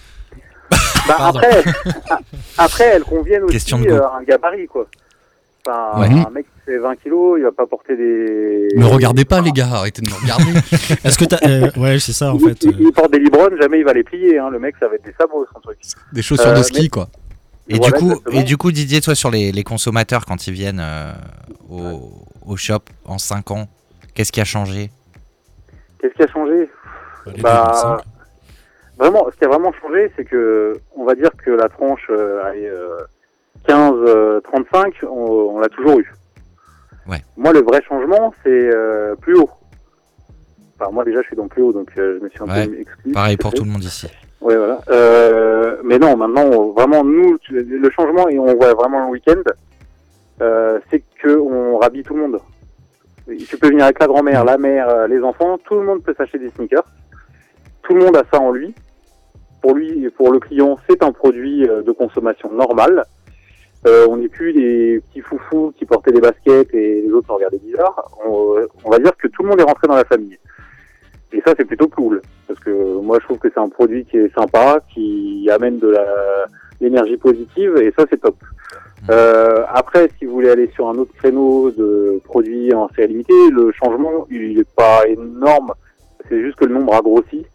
bah, après, a- après elles conviennent aussi Question de goût. euh, à un gabarit quoi. Enfin, Ouais. un mec qui fait vingt kilos, il va pas porter des. Me regardez pas, les gars, arrêtez de me regarder. Est-ce que t'as, euh, ouais, c'est ça en il, fait. il- euh, il porte des Libron, jamais il va les plier. Hein. Le mec, ça va être des sabots, son truc. Des chaussures Euh, de ski, mais- quoi. Et, Voilà, du coup, exactement. et du coup, Didier, toi, sur les, les consommateurs, quand ils viennent euh, au, au shop en cinq ans, qu'est-ce qui a changé? Qu'est-ce qui a changé? les Bah, deux mille cinq. vraiment, ce qui a vraiment changé, c'est que, on va dire que la tranche euh, allez, euh, quinze trente-cinq, on, on l'a toujours eu. Ouais. Moi, le vrai changement, c'est euh, plus haut. Enfin, moi déjà, je suis dans plus haut, donc euh, je me suis un Ouais, peu exclu. Pareil pour tout le monde ici. Ouais, voilà. Euh, mais non, maintenant, on- vraiment, nous, tu- le changement, et on voit vraiment le week-end, euh, c'est que on rhabille tout le monde. Tu peux venir avec la grand-mère, la mère, euh, les enfants, tout le monde peut s'acheter des sneakers. Tout le monde a ça en lui. Pour lui et pour le client, c'est un produit euh, de consommation normale. Euh, on n'est plus des petits foufous qui portaient des baskets et les autres se regardaient bizarre. On, on va dire que tout le monde est rentré dans la famille. Et ça, c'est plutôt cool. Parce que moi, je trouve que c'est un produit qui est sympa, qui amène de la, l'énergie positive, et ça, c'est top. Euh, après, si vous voulez aller sur un autre créneau de produits en série limitée, le changement, il n'est pas énorme. C'est juste que le nombre a grossi.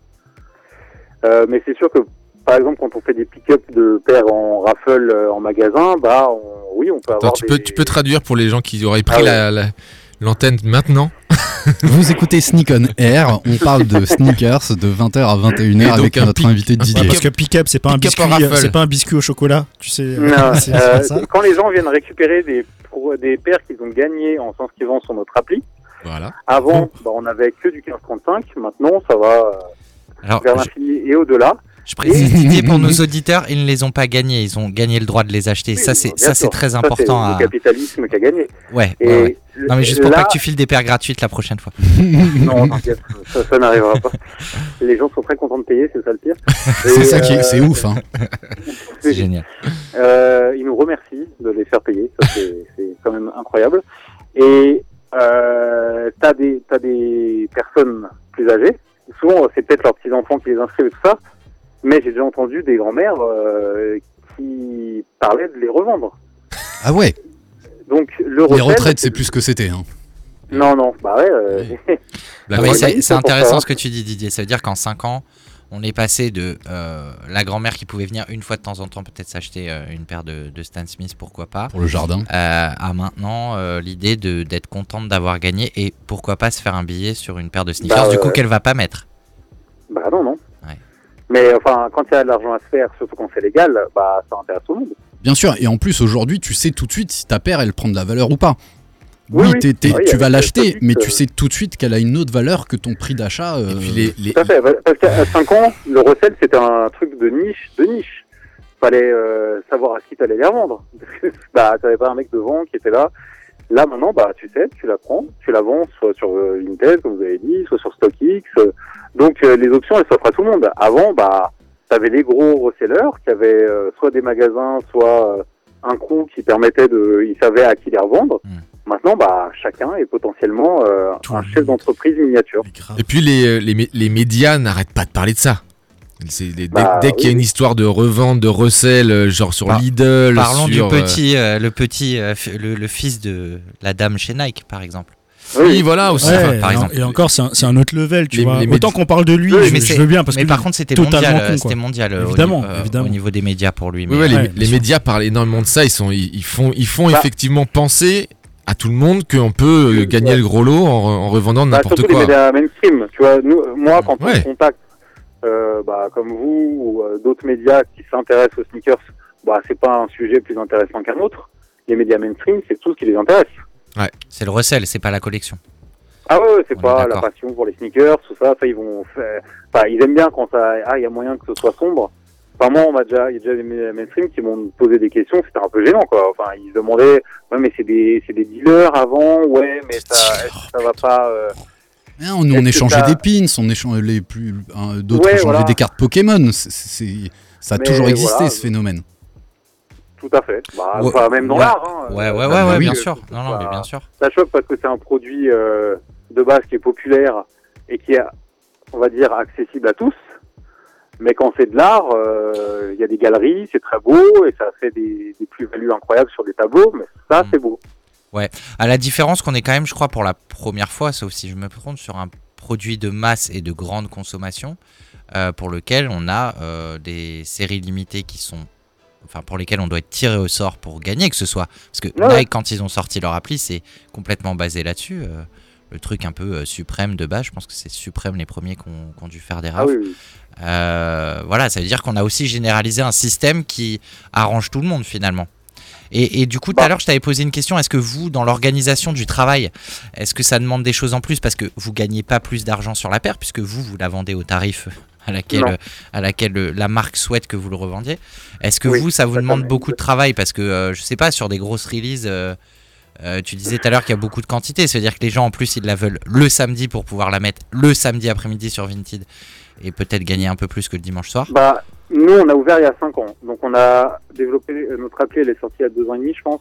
Euh, mais c'est sûr que, par exemple, quand on fait des pick-up de paires en raffle euh, en magasin, bah, on, oui, on peut Attends, avoir tu, des... peux, tu peux traduire pour les gens qui auraient pris Ah ouais. la, la- l'antenne maintenant. Vous écoutez Sneak on Air, on parle de sneakers de vingt heures à vingt et une heures Et donc avec un notre pic- invité Ouais, Didier. parce que pick-up, c'est pas un Pick-up en biscuit, euh, raffle. c'est pas un biscuit au chocolat, tu sais. euh, Non, c'est, c'est euh, pas ça. quand les gens viennent récupérer des, pro- des paires qu'ils ont gagnées en s'inscrivant sur notre appli, Voilà. avant, bah, on avait que du quinze trente-cinq, maintenant, ça va euh, Alors, vers je, l'infini et au-delà. Je précise Didier pour nos auditeurs, ils ne les ont pas gagnés, ils ont gagné le droit de les acheter. Oui, ça c'est bien ça sûr. c'est très Ça, important. c'est à... le capitalisme qui a gagné. Ouais. Et ouais, ouais. Non mais juste pour là- pas que tu files des paires gratuites la prochaine fois. Non, t'inquiète, ça, ça n'arrivera pas. Les gens sont très contents de payer, c'est ça le pire. C'est Et, ça qui est, euh, c'est ouf. Hein. C'est génial. Euh, ils nous remercient de les faire payer, ça c'est, c'est quand même incroyable. Et euh, t'as des t'as des personnes plus âgées. Souvent, c'est peut-être leurs petits enfants qui les inscrivent et tout ça. Mais j'ai déjà entendu des grands-mères euh, qui parlaient de les revendre. Ah ouais. Donc le Les recel, retraites, c'est plus ce que c'était. Hein. Non, non, bah ouais. Euh... Non, mais c'est, c'est pour intéressant ça. ce que tu dis Didier. Ça veut dire qu'en cinq ans, on est passé de euh, la grand-mère qui pouvait venir une fois de temps en temps peut-être s'acheter euh, une paire de, de Stan Smith, pourquoi pas, Pour le jardin. euh, à maintenant euh, l'idée de, d'être contente d'avoir gagné et pourquoi pas se faire un billet sur une paire de sneakers Bah, du coup euh, qu'elle va pas mettre. Bah non, non. Ouais. Mais enfin, quand il y a de l'argent à se faire, surtout quand c'est légal, bah ça intéresse tout le monde. Bien sûr, et en plus aujourd'hui, tu sais tout de suite si ta paire elle prend de la valeur ou pas. Oui, Oui, oui. t'es- t'es- Oui, tu avec vas le l'acheter, produit, mais euh, tu sais tout de suite qu'elle a une autre valeur que ton prix d'achat. euh, Et puis les, les- Tout à fait, parce qu'à cinq ans, le recel c'était un truc de niche, de niche. Fallait euh, savoir à qui t'allais les revendre. Bah t'avais pas un mec devant qui était là. Là maintenant, bah tu sais, tu la prends, tu la vends soit sur euh, Vinted comme vous avez dit, soit sur StockX. euh, Donc euh, les options elles s'offrent à tout le monde. Avant, bah t'avais les gros resellers qui avaient euh, soit des magasins, soit euh, un crew qui permettait de, ils savaient à qui les revendre. Mm. Maintenant, bah chacun est potentiellement euh, Tout un le chef monde. d'entreprise miniature. Les graves. Et puis les, les, mé- les médias n'arrêtent pas de parler de ça. C'est les- dès Bah, dès qu'il y a oui. une histoire de revente, de recel, euh, genre sur Par- Lidl, Parlons sur, du euh, petit, euh, le petit, euh, f- le, le fils de la dame chez Nike par exemple. Oui, voilà aussi. Ouais, enfin, par et en- exemple. Et encore, c'est un, c'est un autre level, tu Les- vois. les Autant médi- qu'on parle de lui, Oui, je, mais je c'est- veux bien parce mais que par contre c'était totalement mondial, con, euh, quoi. c'était mondial euh, au Évidemment, niveau, euh, évidemment. au niveau des médias pour lui. Mais Oui, ouais, les, Ouais, les bien sûr. médias parlent énormément de ça. Ils, sont, ils, ils font, ils font Bah. effectivement penser à tout le monde qu'on peut euh, Ouais. gagner le gros lot en, en revendant Bah, n'importe surtout quoi. les médias mainstream, tu vois. Nous, moi, quand Ouais. on contacte, euh, bah, comme vous ou euh, d'autres médias qui s'intéressent aux sneakers, bah, c'est pas un sujet plus intéressant qu'un autre. Les médias mainstream, c'est tout ce qui les intéresse. c'est le recel, c'est pas la collection. Ah ouais, ouais, c'est On est pas la d'accord. passion pour les sneakers, tout ça. Ça, ils vont faire. Enfin, ils aiment bien quand ça. Ah, il y a moyen que ce soit sombre. Enfin, moi, on m'a déjà, il y a déjà des médias mainstream qui m'ont posé des questions. C'était un peu gênant, quoi. Enfin, ils se demandaient, ouais, mais c'est des, c'est des dealers avant, ouais, mais ça, est-ce que ça va pas. Euh... hein, on, on Est-ce que échangeait ça- des pins, on échangeait les plus, hein, d'autres Ouais, échangeaient voilà. des cartes Pokémon. C'est, c'est- ça a Mais toujours existé voilà. ce phénomène. Tout à fait. Bah, Ouais, enfin, même dans ouais. l'art. Hein, Ouais, Euh, ouais, ouais, bah ouais, oui. bien que sûr. ce Non, non, soit- mais bien sûr. Ça choque parce que c'est un produit euh, de base qui est populaire et qui est, on va dire, accessible à tous. Mais quand c'est de l'art, euh, il y a des galeries, c'est très beau et ça fait des, des plus-values incroyables sur des tableaux, mais ça, Mm. c'est beau. À la différence qu'on est quand même, je crois, pour la première fois, sauf si je me trompe, sur un produit de masse et de grande consommation, euh, pour lequel on a euh, des séries limitées qui sont, enfin, pour lesquelles on doit être tiré au sort pour gagner, que ce soit, parce que Ouais. Nike, quand ils ont sorti leur appli, c'est complètement basé là-dessus. euh, le truc un peu euh, suprême de base, je pense que c'est suprême les premiers qui ont, qui ont dû faire des Ah rafles. oui, oui. Euh, voilà, ça veut dire qu'on a aussi généralisé un système qui arrange tout le monde finalement. Et, et du coup, tout à Bah. l'heure, je t'avais posé une question. Est-ce que vous, dans l'organisation du travail, est-ce que ça demande des choses en plus parce que vous gagnez pas plus d'argent sur la paire puisque vous, vous la vendez au tarif à laquelle, Non. à laquelle euh, la marque souhaite que vous le revendiez. Est-ce que Oui, vous, ça vous ça, demande ça, beaucoup de travail parce que euh, je sais pas, sur des grosses releases, euh, euh, tu disais tout à l'heure qu'il y a beaucoup de quantité. C'est-à-dire que les gens en plus, ils la veulent le samedi pour pouvoir la mettre le samedi après-midi sur Vinted et peut-être gagner un peu plus que le dimanche soir. Bah, nous, on a ouvert il y a cinq ans. Donc, on a développé euh, notre appli, elle est sortie il y a deux ans et demi, je pense.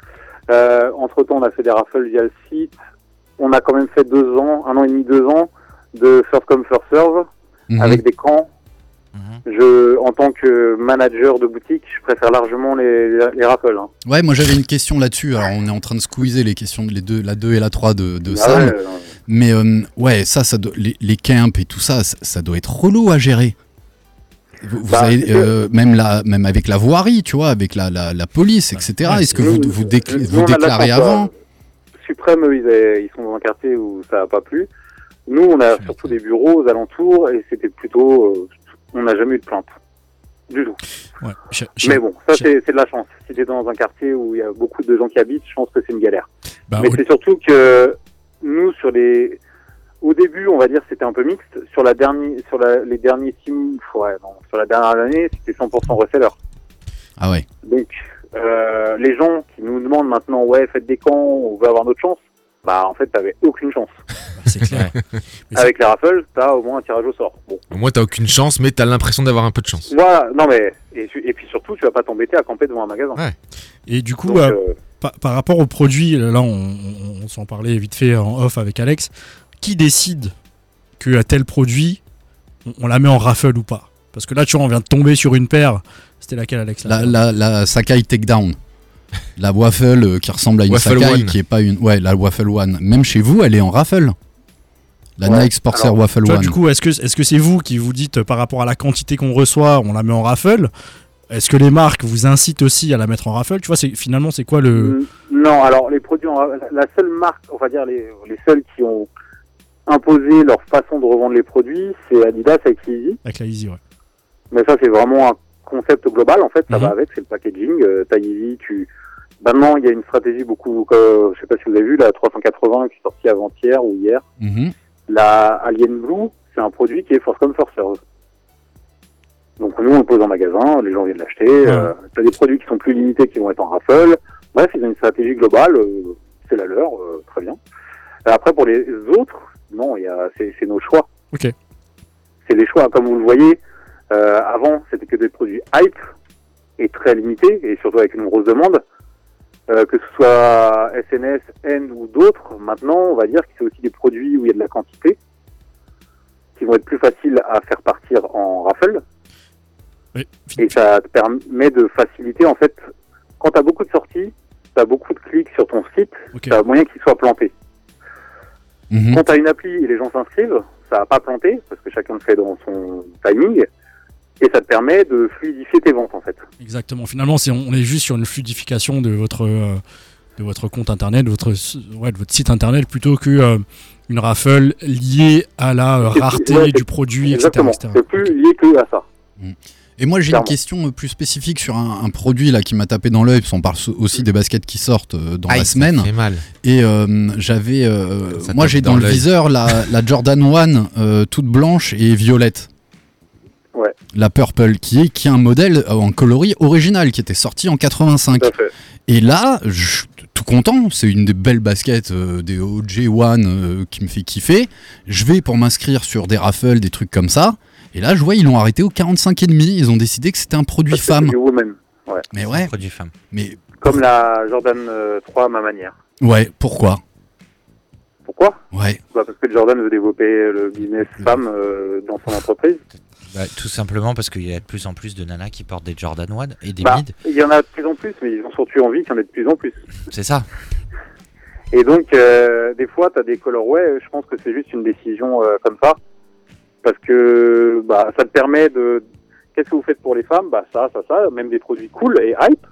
Euh, entre-temps, on a fait des raffles via le site. On a quand même fait deux ans, un an et demi, deux ans de first come, first serve Mhm. avec des camps. Mhm. Je, en tant que manager de boutique, je préfère largement les, les, les raffles. Hein. Ouais, moi j'avais une question là-dessus. Alors on est en train de squeezer les questions, de les deux, la deux et la trois de, de Ah Sam. ouais, euh, Mais euh, ouais, ça, ça doit- les, les camps et tout ça, ça, ça doit être relou à gérer. Vous, vous Bah, avez, c'est que- euh, même, la, même avec la voirie, tu vois, avec la, la, la police, et cetera. Ouais, Est-ce que nous, vous, vous, décl- nous, vous on a de la déclarez chance, avant euh, Suprême, eux, ils, est- ils sont dans un quartier où ça n'a pas plu. Nous, on a surtout des bureaux aux alentours et c'était plutôt... euh, on n'a jamais eu de plainte. Du tout. Ouais, je- je- Mais bon, ça je- c'est c'est de la chance. Si t'es dans un quartier où il y a beaucoup de gens qui habitent, je pense que c'est une galère. bah, Mais au- c'est surtout que nous, sur les... au début, on va dire, c'était un peu mixte. Sur la dernière, sur la, les derniers six, ouais, non, sur la dernière année, c'était cent pour cent reseller. Ah ouais. Donc, euh, les gens qui nous demandent maintenant, ouais, faites des camps, on veut avoir notre chance. Bah, en fait, t'avais aucune chance. C'est clair. Avec les raffles, t'as au moins un tirage au sort. Bon. Au moins, t'as aucune chance, mais t'as l'impression d'avoir un peu de chance. Voilà, non mais, et, et puis surtout, tu vas pas t'embêter à camper devant un magasin. Ouais. Et du coup, Donc, euh, euh, par, par rapport aux produits, là, on, on, on s'en parlait vite fait en off avec Alex. Qui décide que tel produit, on, on la met en raffle ou pas? Parce que là, tu vois, on vient de tomber sur une paire. C'était laquelle, Alex? La, la, la Sakai Takedown. La waffle euh, qui ressemble à une Waffle Sakai, One. qui est pas une. Ouais, la Waffle One. Même chez vous, elle est en raffle. La Ouais. Nike Sportster Alors, Waffle Tu vois, One. du coup, est-ce que est-ce que c'est vous qui vous dites, par rapport à la quantité qu'on reçoit, on la met en raffle? Est-ce que les marques vous incitent aussi à la mettre en raffle? Tu vois, c'est, finalement, c'est quoi le... Mm, Non, alors les produits, en, la seule marque, on va dire les, les seuls qui ont imposé leur façon de revendre les produits, c'est Adidas avec Yeezy. Avec la Easy, ouais. Mais ça, c'est vraiment un concept global, en fait, ça Mhm. va avec, c'est le packaging. Euh, t'as Yeezy, tu... Maintenant, il y a une stratégie beaucoup, euh, je sais pas si vous avez vu, la trois cent quatre-vingts qui est sortie avant-hier ou hier. Mhm. La Alien Blue, c'est un produit qui est first come first serve. Donc nous, on le pose en magasin, les gens viennent l'acheter. Ouais. Euh, t'as des produits qui sont plus limités qui vont être en raffle. Bref, ils ont une stratégie globale, euh, c'est la leur, euh, très bien. Et après, pour les autres, non, il y a, c'est, c'est nos choix. Ok. C'est les choix, comme vous le voyez. Euh, avant, c'était que des produits hype et très limités, et surtout avec une grosse demande. Euh, que ce soit S N S, N ou d'autres, maintenant, on va dire que c'est aussi des produits où il y a de la quantité, qui vont être plus faciles à faire partir en raffle. Oui. Et ça te permet de faciliter, en fait, quand tu as beaucoup de sorties, tu as beaucoup de clics sur ton site, Ok. tu as moyen qu'ils soient plantés. Mhm. Quand tu as une appli et les gens s'inscrivent, ça va pas planter, parce que chacun le fait dans son timing, et ça te permet de fluidifier tes ventes, en fait. Exactement. Finalement, c'est, on est juste sur une fluidification de votre, euh, de votre compte internet, de votre, ouais, de votre site internet, plutôt que euh, une raffle liée à la euh, C'est- rareté ouais, du produit, Exactement, et cetera, et cetera. c'est plus lié que à ça. Et moi j'ai une Clairement. question euh, plus spécifique sur un, un produit là qui m'a tapé dans l'œil, parce qu'on parle so- aussi des baskets qui sortent euh, dans Aïe, la ça semaine. fait mal. Et euh, j'avais, euh, Ça moi tape j'ai dans dans le l'œil. viseur la, la Jordan One euh, toute blanche et violette. Ouais. La Purple, qui est, qui est un modèle euh, en coloris original, qui était sorti en quatre-vingt-cinq. Tout à fait. Et là, je suis tout content, c'est une des belles baskets euh, des O J One euh, qui me fait kiffer. Je vais pour m'inscrire sur des raffles, des trucs comme ça. Et là, je vois, ils l'ont arrêté au quarante-cinq et demi. Ils ont décidé que c'était un produit Parce que femme. c'est du woman. Ouais. Mais ouais, Produit femme. mais Comme la Jordan euh, trois à ma manière. ouais, pourquoi? Pourquoi? Ouais. Bah, parce que Jordan veut développer le business femme euh, dans son entreprise. Bah, tout simplement parce qu'il y a de plus en plus de nanas qui portent des Jordan One et des Bah, mid. il y en a de plus en plus, mais ils ont surtout envie qu'il y en ait de plus en plus. C'est ça. Et donc, euh, des fois, tu as des colorways, je pense que c'est juste une décision euh, comme ça. Parce que bah, ça te permet de... Qu'est-ce que vous faites pour les femmes? Bah ça, ça, ça, même des produits cool et hype.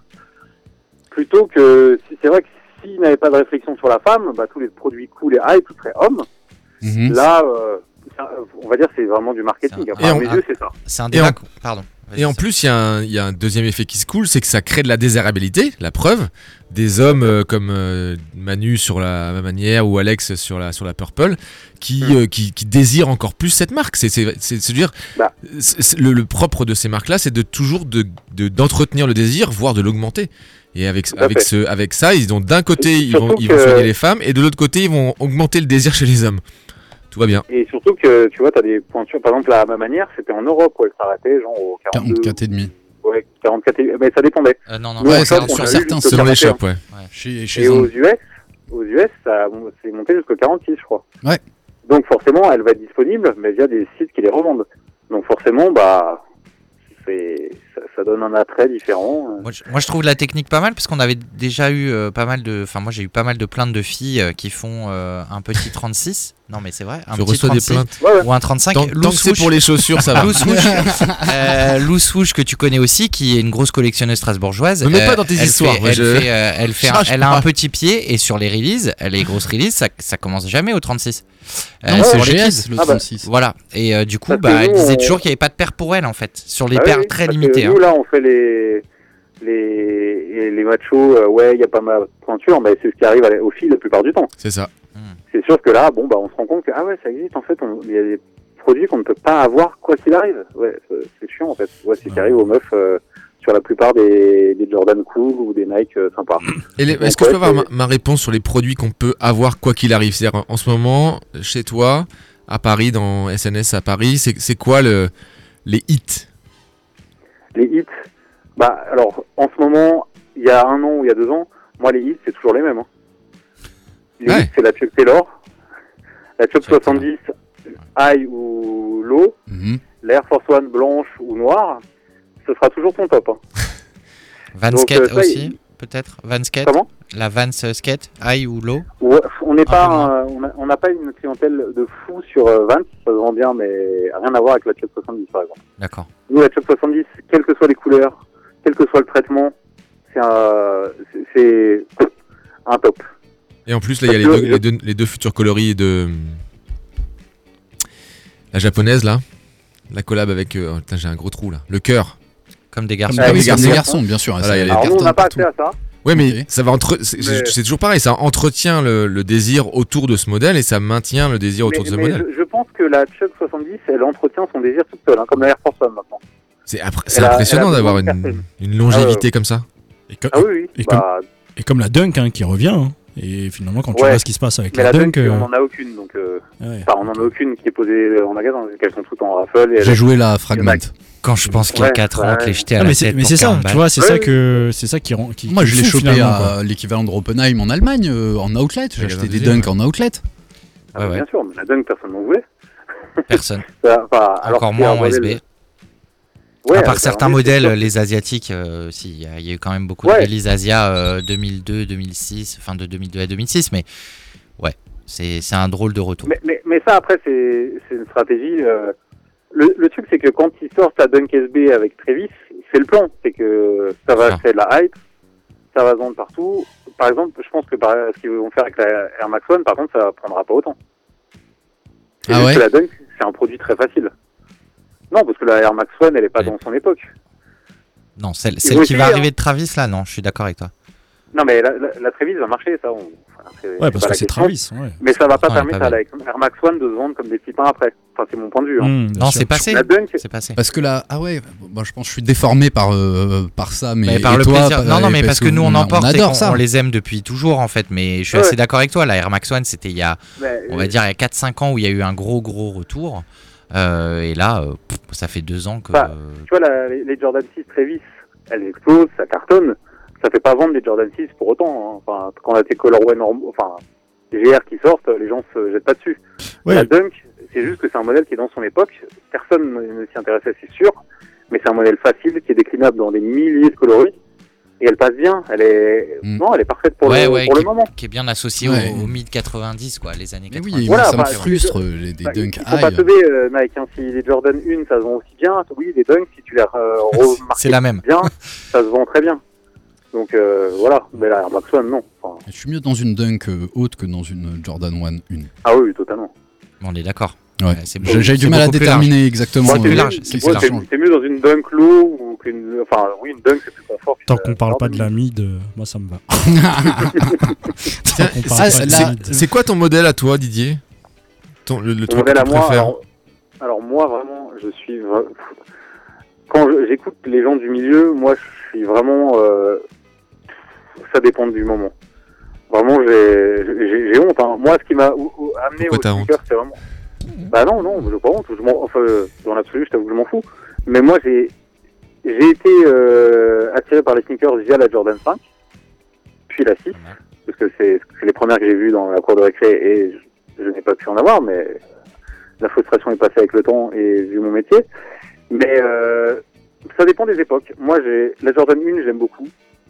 Plutôt que... si C'est vrai que s'il n'avait pas de réflexion sur la femme, bah, tous les produits cool et hype seraient hommes. Mhm. Là, euh, c'est un- on va dire c'est vraiment du marketing. C'est un- Enfin, Et à on- mes yeux, c'est ça. C'est un Et débat. en- qu'on- Pardon. Vas-y, Et en c'est- plus, il y, a un- il y a un deuxième effet qui se coule, c'est que ça crée de la désirabilité, la preuve. Des hommes euh, comme euh, Manu sur la même manière ou Alex sur la, sur la Purple qui, euh, qui, qui désirent encore plus cette marque. C'est, c'est, c'est, c'est dire, Bah. c'est- c'est- le, le propre de ces marques-là, c'est de toujours de, de, d'entretenir le désir, voire de l'augmenter. Et avec, Tout à avec, fait. ce, avec ça, ils ont d'un côté, Et ils vont, surtout ils vont que- soigner les femmes, et de l'autre côté, ils vont augmenter le désir chez les hommes. Tout va bien. Et surtout que, tu vois, tu as des pointures. Par exemple, à ma manière, c'était en Europe où elle s'arrêtait, genre au quarante-deux. quarante-quatre et demi. Ouais, quarante-quatre. et- Mais ça dépendait. Euh, non, non, Nous, Ouais, en ça, shop, sur on a eu certains, jusqu'au Selon les quarante et un. shops, ouais. Chez, chez Et un- aux U S, aux U S, ça a- c'est monté jusqu'au quarante-six, je crois. Ouais. Donc forcément, elle va être disponible, mais via des sites qui les revendent. Donc forcément, bah, c'est, ça, ça donne un attrait différent. Moi je, moi, je trouve la technique pas mal parce qu'on avait déjà eu euh, pas mal de. Enfin, moi j'ai eu pas mal de plaintes de filles euh, qui font euh, un petit trente-six. Non, mais c'est vrai. Un Je petit reçois des trente-six plaintes. Ouais, ouais. ou un trente-cinq. Tant, tant Loose que c'est swoosh. pour les chaussures, ça va. Loose swoosh, euh, Loose swoosh que tu connais aussi, qui est une grosse collectionneuse strasbourgeoise. Me mets pas Euh, dans tes elle histoires, fait- moi, elle je- fait, euh, elle, fait un- Charge elle a pas. un petit pied et sur les releases, les grosses releases, ça, ça commence jamais au trente-six. Non, Euh, c'est pour les G S kids. le Ah bah. trente-six. Voilà. Et euh, du coup, Parce que bah, elle nous, disait on- toujours qu'il n'y avait pas de paire pour elle en fait, sur les Ah paires oui, très parce que limitées. Nous, hein. là, on fait les, les, les machos, euh, ouais, il y a pas ma pointure, mais c'est ce qui arrive à- au fil la plupart du temps. C'est ça. Mm. C'est sûr que là, bon, bah, on se rend compte que, ah ouais, ça existe, en fait, on- il y a des produits qu'on ne peut pas avoir quoi qu'il arrive. Ouais, c'est, c'est chiant, en fait. Ouais, c'est ce qui arrive aux meufs euh, sur la plupart des, des Jordan Cool ou des Nike euh, sympas. Et les- Donc, est-ce que je peux ouais, avoir ma, c'est- ma réponse sur les produits qu'on peut avoir quoi qu'il arrive? C'est-à-dire, en ce moment, chez toi, à Paris, dans S N S à Paris, c'est, c'est quoi le, les hits? Les hits, bah, alors, en ce moment, il y a un an ou il y a deux ans, moi, les hits, c'est toujours les mêmes. Hein. Les Ouais. hits, c'est la Chuck Taylor, la Chuck soixante-dix, high ou low, Mhm. l'Air Force One blanche ou noire, ce sera toujours ton top. Hein. Vans Donc, Skate euh, ça, aussi, il- peut-être Vans Skate Comment La Vans Skate, high ou low? Ouais, on n'est Un peu pas, moins. euh, on a- on n'a pas une clientèle de fou sur euh, Vans, ça se vend bien, mais rien à voir avec la Chuck soixante-dix par exemple. D'accord. Nous, la Chuck soixante-dix, quelles que soient les couleurs, quel que soit le traitement, c'est un, c'est, c'est un top. Et en plus, là, il y a les Parce deux, que- les, deux, les deux futurs coloris de la japonaise, là. La collab avec... euh, oh, putain, j'ai un gros trou, là. Le cœur. Comme des Ah garçons. oui, les c'est garçons. des garçons, bien sûr. Voilà, ça- il y a les Alors nous, on cartonne n'a pas partout. accès à ça. Ouais, mais Ok. ça va entre... c'est, Mais- c'est- c'est toujours pareil, ça entretient le, le désir autour de ce modèle et ça maintient le désir autour Mais, de ce mais modèle. je, je pense que la Chuck soixante-dix, elle entretient son désir toute seule, hein, comme la Air Force One maintenant. C'est, après, c'est Elle a- impressionnant elle a d'avoir besoin de une, personne. une longévité Ah ouais. comme ça. Et, co- Ah oui, oui. Et bah, et comme la Dunk hein, qui revient. hein. Et finalement, quand tu Ouais. vois ce qui se passe avec mais la, la Dunk. Dunk, euh, on n'en a aucune, donc euh, ouais. enfin, on n'en a aucune qui est posée en magasin, vu qu'elles sont toutes en raffle. Et J'ai elles- joué la Fragment. Quand je pense qu'il y a Ouais, quatre ouais. ans, que les jeter à Ah, la mais c'est, tête mais pour c'est ça, quarante tu balles. vois, c'est Ouais, ça ouais. que c'est ça qui rend. Qui, Moi, qui je est l'ai fou, chopé finalement, quoi. à l'équivalent de Oppenheim en Allemagne, euh, en outlet. J'ai Magasin acheté des deuxième, dunks en outlet. Ah, Ouais, ouais. Bien sûr, mais la Dunk, personne n'en voulait. Personne. Ça, enfin, alors Encore que moins c'est un en S B. modèle- Ouais, à part c'est certains un modèle, modèles, c'est sûr. les asiatiques, euh, si, il y, a- il y a eu quand même beaucoup Ouais. de releases Asia euh, deux mille deux, deux mille six, enfin de deux mille deux à deux mille six, mais ouais, c'est, c'est un drôle de retour. Mais, mais, mais ça, après, c'est, c'est une stratégie. euh, Le, le truc, c'est que quand ils sortent la Dunk S B avec Travis, c'est le plan. C'est que ça va Ah. créer de la hype, ça va se vendre partout. Par exemple, je pense que par, ce qu'ils vont faire avec la Air Max One, par contre, ça prendra pas autant. C'est Ah juste ouais que la Dunk, c'est un produit très facile. Non, parce que la Air Max One, elle est pas Ouais. dans son époque. Non, celle, Ils celle vont qui va essayer, arriver hein. de Travis, là, non, je suis d'accord avec toi. Non, mais la, la, la Travis va marcher, ça. On, enfin, c'est, Ouais, c'est parce pas que la c'est question. Travis. Ouais. Mais ça va pas Non, elle est permettre pas à la Air Max One de se vendre comme des petits pains après. Enfin, c'est mon point de vue. Hein. Mmh, bien Non, sûr. c'est passé. La Dunk, C'est passé. Parce que là, ah ouais, bah, je pense que je suis déformé par, euh, par ça. Mais, Mais par et le toi, plaisir. pa- Non, non, mais parce que nous on en porte et adore qu'on ça. on les aime depuis toujours en fait. Mais je suis Ouais. assez d'accord avec toi. La Air Max One, c'était il y a, mais, on va dire, il y a quatre cinq ans où il y a eu un gros gros retour. Euh, et là, euh, pff, ça fait deux ans que. Bah, tu vois, la, les, les Jordan six Travis, elles explosent, ça cartonne. Ça fait pas vendre les Jordan six pour autant. Hein. Enfin, quand on a tes Colorway normaux, enfin, G R qui sortent, les gens se jettent pas dessus. Ouais. La Dunk, c'est juste que c'est un modèle qui est dans son époque. Personne ne s'y intéressait, c'est sûr. Mais c'est un modèle facile qui est déclinable dans des milliers de coloris. Et elle passe bien. Elle est, Mm. non, elle est parfaite pour ouais, le, ouais, pour qui, le moment. qui est bien associé Ouais. au, au mid quatre-vingt-dix, quoi, les années Mais quatre-vingt-dix. oui, Voilà, moi, ça me enfin, frustre les, des Bah, dunks ils sont pas high. teubés, euh, Nike. Hein. Si les Jordan un, ça se vend aussi bien. Oui, les Dunks, si tu les euh, remarques C'est la même. bien, ça se vend très bien. Donc euh, voilà, mais la Air Max One, non. Enfin, Je suis mieux dans une dunk euh, haute que dans une Jordan One une. ah oui, totalement. On est d'accord. Ouais. Ouais, c'est J'ai j'ai c'est du mal à beaucoup plus déterminer exactement. Moi, c'est plus euh, large, mieux- c'est qu'est-ce moi, qui c'est change. c'est mieux dans une Dunk low ou qu'une. Enfin, oui, une Dunk, c'est plus confort. Tant qu'une, qu'on parle euh, pas de la Jordan. mid, euh, moi ça me va. Tiens, On c'est, parle pas de c'est- mid. c'est quoi ton modèle à toi, Didier? Ton, le, le Mon truc modèle que à tu moi, préfères? alors, alors moi, vraiment, je suis. vra- Quand je- j'écoute les gens du milieu, moi, je suis vraiment. euh, Ça dépend du moment. Vraiment, j'ai j'ai- j'ai honte. Hein. Moi, ce qui m'a ou- ou- amené Pourquoi au t'as sneaker, c'est vraiment. Bah non, non, j'ai pas honte. Je m'en- enfin, euh, dans l'absolu, je t'avoue que je m'en fous. Mais moi, j'ai j'ai été euh, attiré par les sneakers via la Jordan cinq, puis la six, parce que c'est c'est les premières que j'ai vues dans la cour de récré et je, je n'ai pas pu en avoir, mais la frustration est passée avec le temps et vu mon métier. Mais euh, ça dépend des époques. Moi, j'ai la Jordan un, j'aime beaucoup.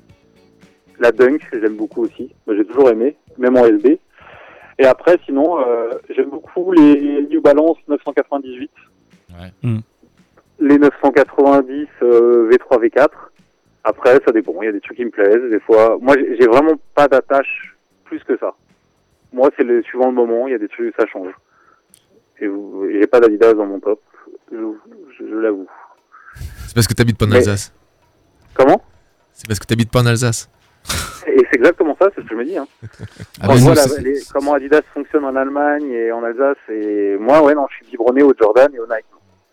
La Dunk, j'aime beaucoup aussi. Moi, j'ai toujours aimé, même en S B. Et après, sinon, euh, j'aime beaucoup les New Balance neuf cent quatre-vingt-dix-huit. Ouais. Mm. Les neuf cent quatre-vingt-dix euh, V trois V quatre. Après, ça dépend. Il y a des trucs qui me plaisent. Des fois, moi, j'ai j'ai vraiment pas d'attache plus que ça. Moi, c'est le suivant le moment. Il y a des trucs, ça change. Et vous, j'ai pas d'Adidas dans mon top. Je, je, je l'avoue. C'est parce que t'habites pas en Mais- Alsace. Comment? C'est parce que t'habites pas en Alsace. Et c'est exactement ça, c'est ce que je me dis. Hein. Ah Quand ben je vois non, la- c'est- les- comment Adidas fonctionne en Allemagne et en Alsace, et moi, ouais, non, je suis biberonné au Jordan et au Nike.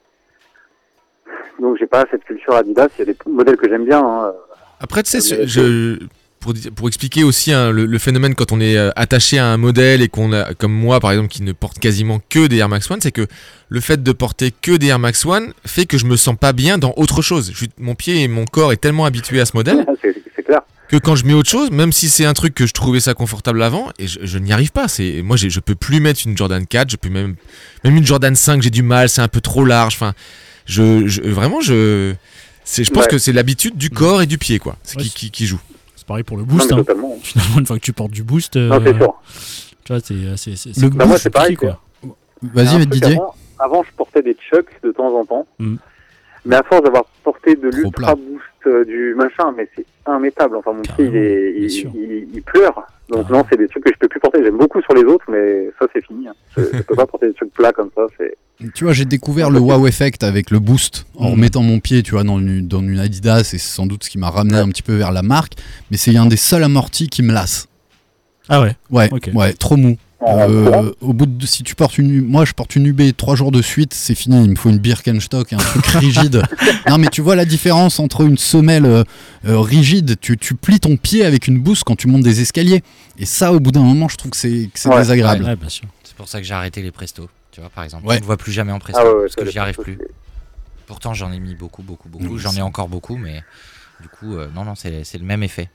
Donc j'ai pas cette culture Adidas, il y a des modèles que j'aime bien. Hein. Après, tu sais, Mais- je, pour, di- pour expliquer aussi hein, le, le phénomène quand on est euh, attaché à un modèle et qu'on a, comme moi par exemple, qui ne porte quasiment que des Air Max One, c'est que le fait de porter que des Air Max One fait que je me sens pas bien dans autre chose. Je suis- mon pied et mon corps est tellement habitué à ce modèle c'est, c'est clair. que quand je mets autre chose, même si c'est un truc que je trouvais ça confortable avant, et je, je n'y arrive pas. C'est, moi, j'ai, je peux plus mettre une Jordan quatre, je peux même, même une Jordan cinq, j'ai du mal, c'est un peu trop large. Enfin, je, je vraiment, je, c'est, je pense Ouais. que c'est l'habitude du corps et du pied, quoi, c'est Ouais, qui, qui, qui joue. C'est pareil pour le Non, boost. mais Hein. totalement. Finalement, une fois que tu portes du boost, euh, Non, c'est sûr. tu vois, c'est, c'est, c'est, Le c'est Bah, moi, boost c'est pareil, pied, quoi. Vas-y, Un mais truc Didier. Avant, avant, je portais des Chucks de temps en temps. Mm. Mais à force d'avoir porté de Trop l'ultra plat. boost euh, du machin, mais c'est immétable. Enfin, mon pied, il, Carrément, est, bien il, sûr. il, il pleure. Donc, Carrément. non, c'est des trucs que je peux plus porter. J'aime beaucoup sur les autres, mais ça, c'est fini. Hein. Je, je peux pas porter des trucs plats comme ça. C'est... Tu vois, j'ai découvert le wow effect avec le boost en Mhm. remettant mon pied, tu vois, dans une, dans une Adidas, et c'est sans doute ce qui m'a ramené un petit peu vers la marque. Mais c'est un des seuls amortis qui me lasse. Ah ouais. Ouais, Ok. ouais, trop mou. En Euh, courant. au bout de, si tu portes une, moi je porte une U B trois jours de suite, c'est fini. Il me faut une Birkenstock, un truc rigide. Non, mais tu vois la différence entre une semelle euh, euh, rigide, tu, tu plies ton pied avec une boost quand tu montes des escaliers. Et ça, au bout d'un moment, je trouve que c'est, que c'est Ouais. désagréable. Ouais, bien sûr. C'est pour ça que j'ai arrêté les Presto, tu vois, par exemple. Ouais. Je ne vois plus jamais en Presto, Ah ouais, ouais, parce ça, que les j'y arrive Presto, plus. c'est- Pourtant, j'en ai mis beaucoup, beaucoup, beaucoup. Non, J'en c'est- ai encore beaucoup, mais du coup, euh, non, non, c'est, c'est le même effet.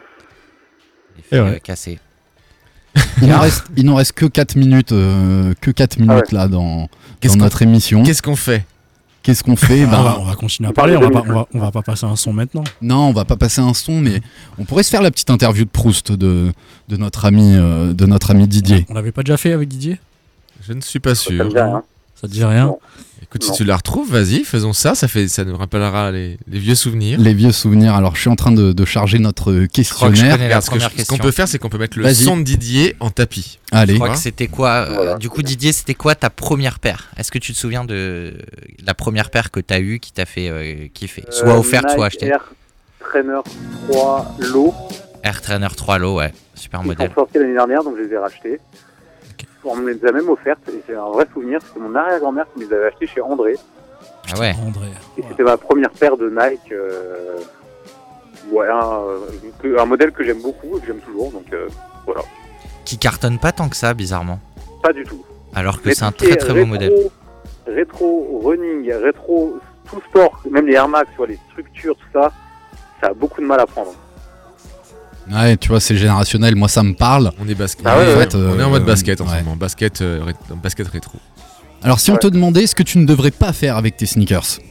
Et L'effet ouais. euh, cassé. Il nous reste, il nous reste que quatre minutes, euh, que quatre minutes Ah ouais. là dans, Qu'est-ce dans qu'on- notre émission. Qu'est-ce qu'on fait? Qu'est-ce qu'on fait Ah, Ben, on, va, on va continuer à on parle parler, on de va, pas, deux on, va, on va pas passer un son maintenant. Non, on va pas passer un son, mais on pourrait se faire la petite interview de Proust de, de notre ami, euh, de notre ami Didier. On l'avait pas déjà fait avec Didier? Je ne suis pas Ça sûr. me dit rien. Ça te dit rien? Non. Écoute, Non. si tu la retrouves, vas-y, faisons ça. Ça fait, ça nous rappellera les, les vieux souvenirs. Les vieux souvenirs. Alors, je suis en train de, de charger notre Je crois que je questionnaire. connais la Regarde, ce, que je- première ce question. qu'on peut faire, c'est qu'on peut mettre le Vas-y. son de Didier en tapis. Allez. Je crois Ouais. que c'était quoi euh, Voilà. Du coup, Didier, c'était quoi ta première paire? Est-ce que tu te souviens de la première paire que tu as eue qui t'a fait euh, kiffer? Soit Euh, offerte, Nike soit achetée. Air Trainer trois Low. Air Trainer trois Low, ouais. Super Ils modèle. sont sortis l'année dernière, donc je les ai rachetés. On me les a même offertes, et c'est un vrai souvenir, c'était mon arrière-grand-mère qui me les avait achetés chez André. Ah ouais. André. Et c'était ma première paire de Nike. Euh... Ouais, un, euh, un modèle que j'aime beaucoup et que j'aime toujours, donc euh, voilà. Qui cartonne pas tant que ça, bizarrement. Pas du tout. Alors que Mais c'est un tout ce qui très est très beau rétro- modèle. Rétro, running, rétro, tout sport, même les Air Max, tu vois, les structures, tout ça, ça a beaucoup de mal à prendre. Ouais, tu vois, c'est générationnel. Moi, ça me parle. On est basket. Ah ouais, on, est- ouais. En fait, on est en mode euh, basket en ce ouais. moment. Basket, euh, ré- basket rétro. Alors, si on Ouais. te demandait ce que tu ne devrais pas faire avec tes sneakers. Ce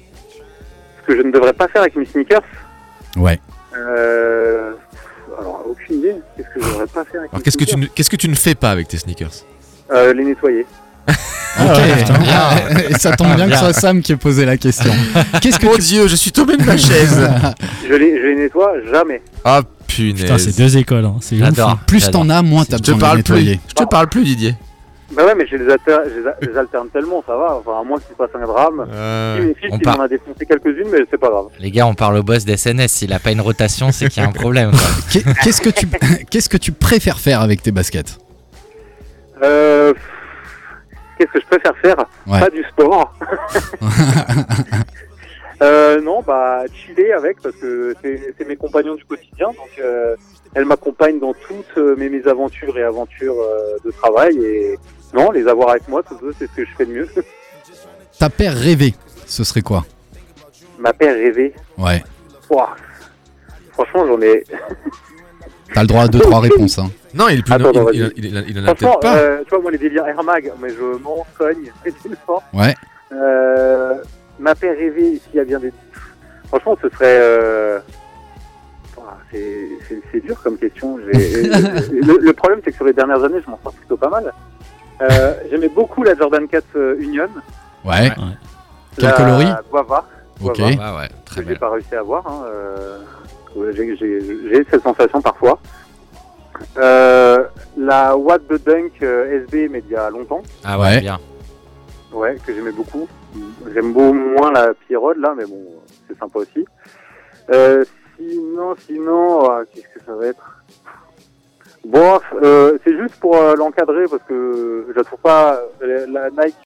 que je ne devrais pas faire avec mes sneakers, Ouais. euh... alors aucune idée, qu'est-ce que je ne devrais pas faire avec Alors mes qu'est-ce que tu sneakers ne, qu'est-ce que tu ne fais pas avec tes sneakers? euh, Les nettoyer. Ok. ouais, putain. Ah, et ça tombe bien que ce soit Sam qui ait posé la question. Qu'est-ce que Mon tu... Dieu, je suis tombé de ma chaise. Je les, je les nettoie jamais. Ah punaise. Putain, c'est deux écoles. Hein. C'est ouf. J'adore. Plus J'adore. t'en as, moins t'as Je te besoin de les parle nettoyer. plus. Je te parle plus, Didier. Bah ouais, mais je les, alter... je les, a- je les alterne tellement, ça va. Enfin, à moins qu'il se passe un drame. Euh, Si, mes fils, on il part. m'en a défoncé quelques-unes, mais c'est pas grave. Les gars, on parle au boss d'S N S. S'il a pas une rotation, c'est qu'il y a un problème. quoi. Qu'est- Qu'est-ce que tu, qu'est-ce que tu préfères faire avec tes baskets? Euh... Qu'est-ce que je préfère faire? Ouais. Pas du sport. euh, non, bah chiller avec, parce que c'est c'est mes compagnons du quotidien, donc euh, elles m'accompagnent dans toutes euh, mes mésaventures et aventures euh, de travail, et non, les avoir avec moi, tout ça, c'est ce que je fais de mieux. Ta paire rêvée, ce serait quoi? Ma paire rêvée, Ouais. ouah. Franchement, j'en ai... T'as le droit à deux trois réponses. Hein. Non, il, est plus, Attends, il, vas-y. il, il, il, il en a Franchement, peut-être pas. euh, tu vois, moi, les délires Air Mag, mais je m'en cogne. Ouais. Euh, ma paire rêvée, s'il y a bien des... Franchement, ce serait... Euh... ouah, c'est, c'est, c'est dur comme question. J'ai... le, le problème, c'est que sur les dernières années, je m'en sors plutôt pas mal. Euh, j'aimais beaucoup la Jordan quatre euh, Union. Ouais. Quel la coloris? Guava. Ok. Guava, Ouais, ouais, très que j'ai bien. pas réussi à avoir. Hein. Euh, ouais, j'ai, j'ai, j'ai cette sensation parfois. Euh, la What the Dunk euh, S B, mais il y a longtemps. Ah ouais, Ouais. bien. Ouais, que j'aimais beaucoup. J'aime beaucoup moins la Pierrot là, mais bon, c'est sympa aussi. Euh, sinon, sinon, ah, qu'est-ce que ça va être? Bon, euh, c'est juste pour euh, l'encadrer parce que je la trouve pas, la, la Nike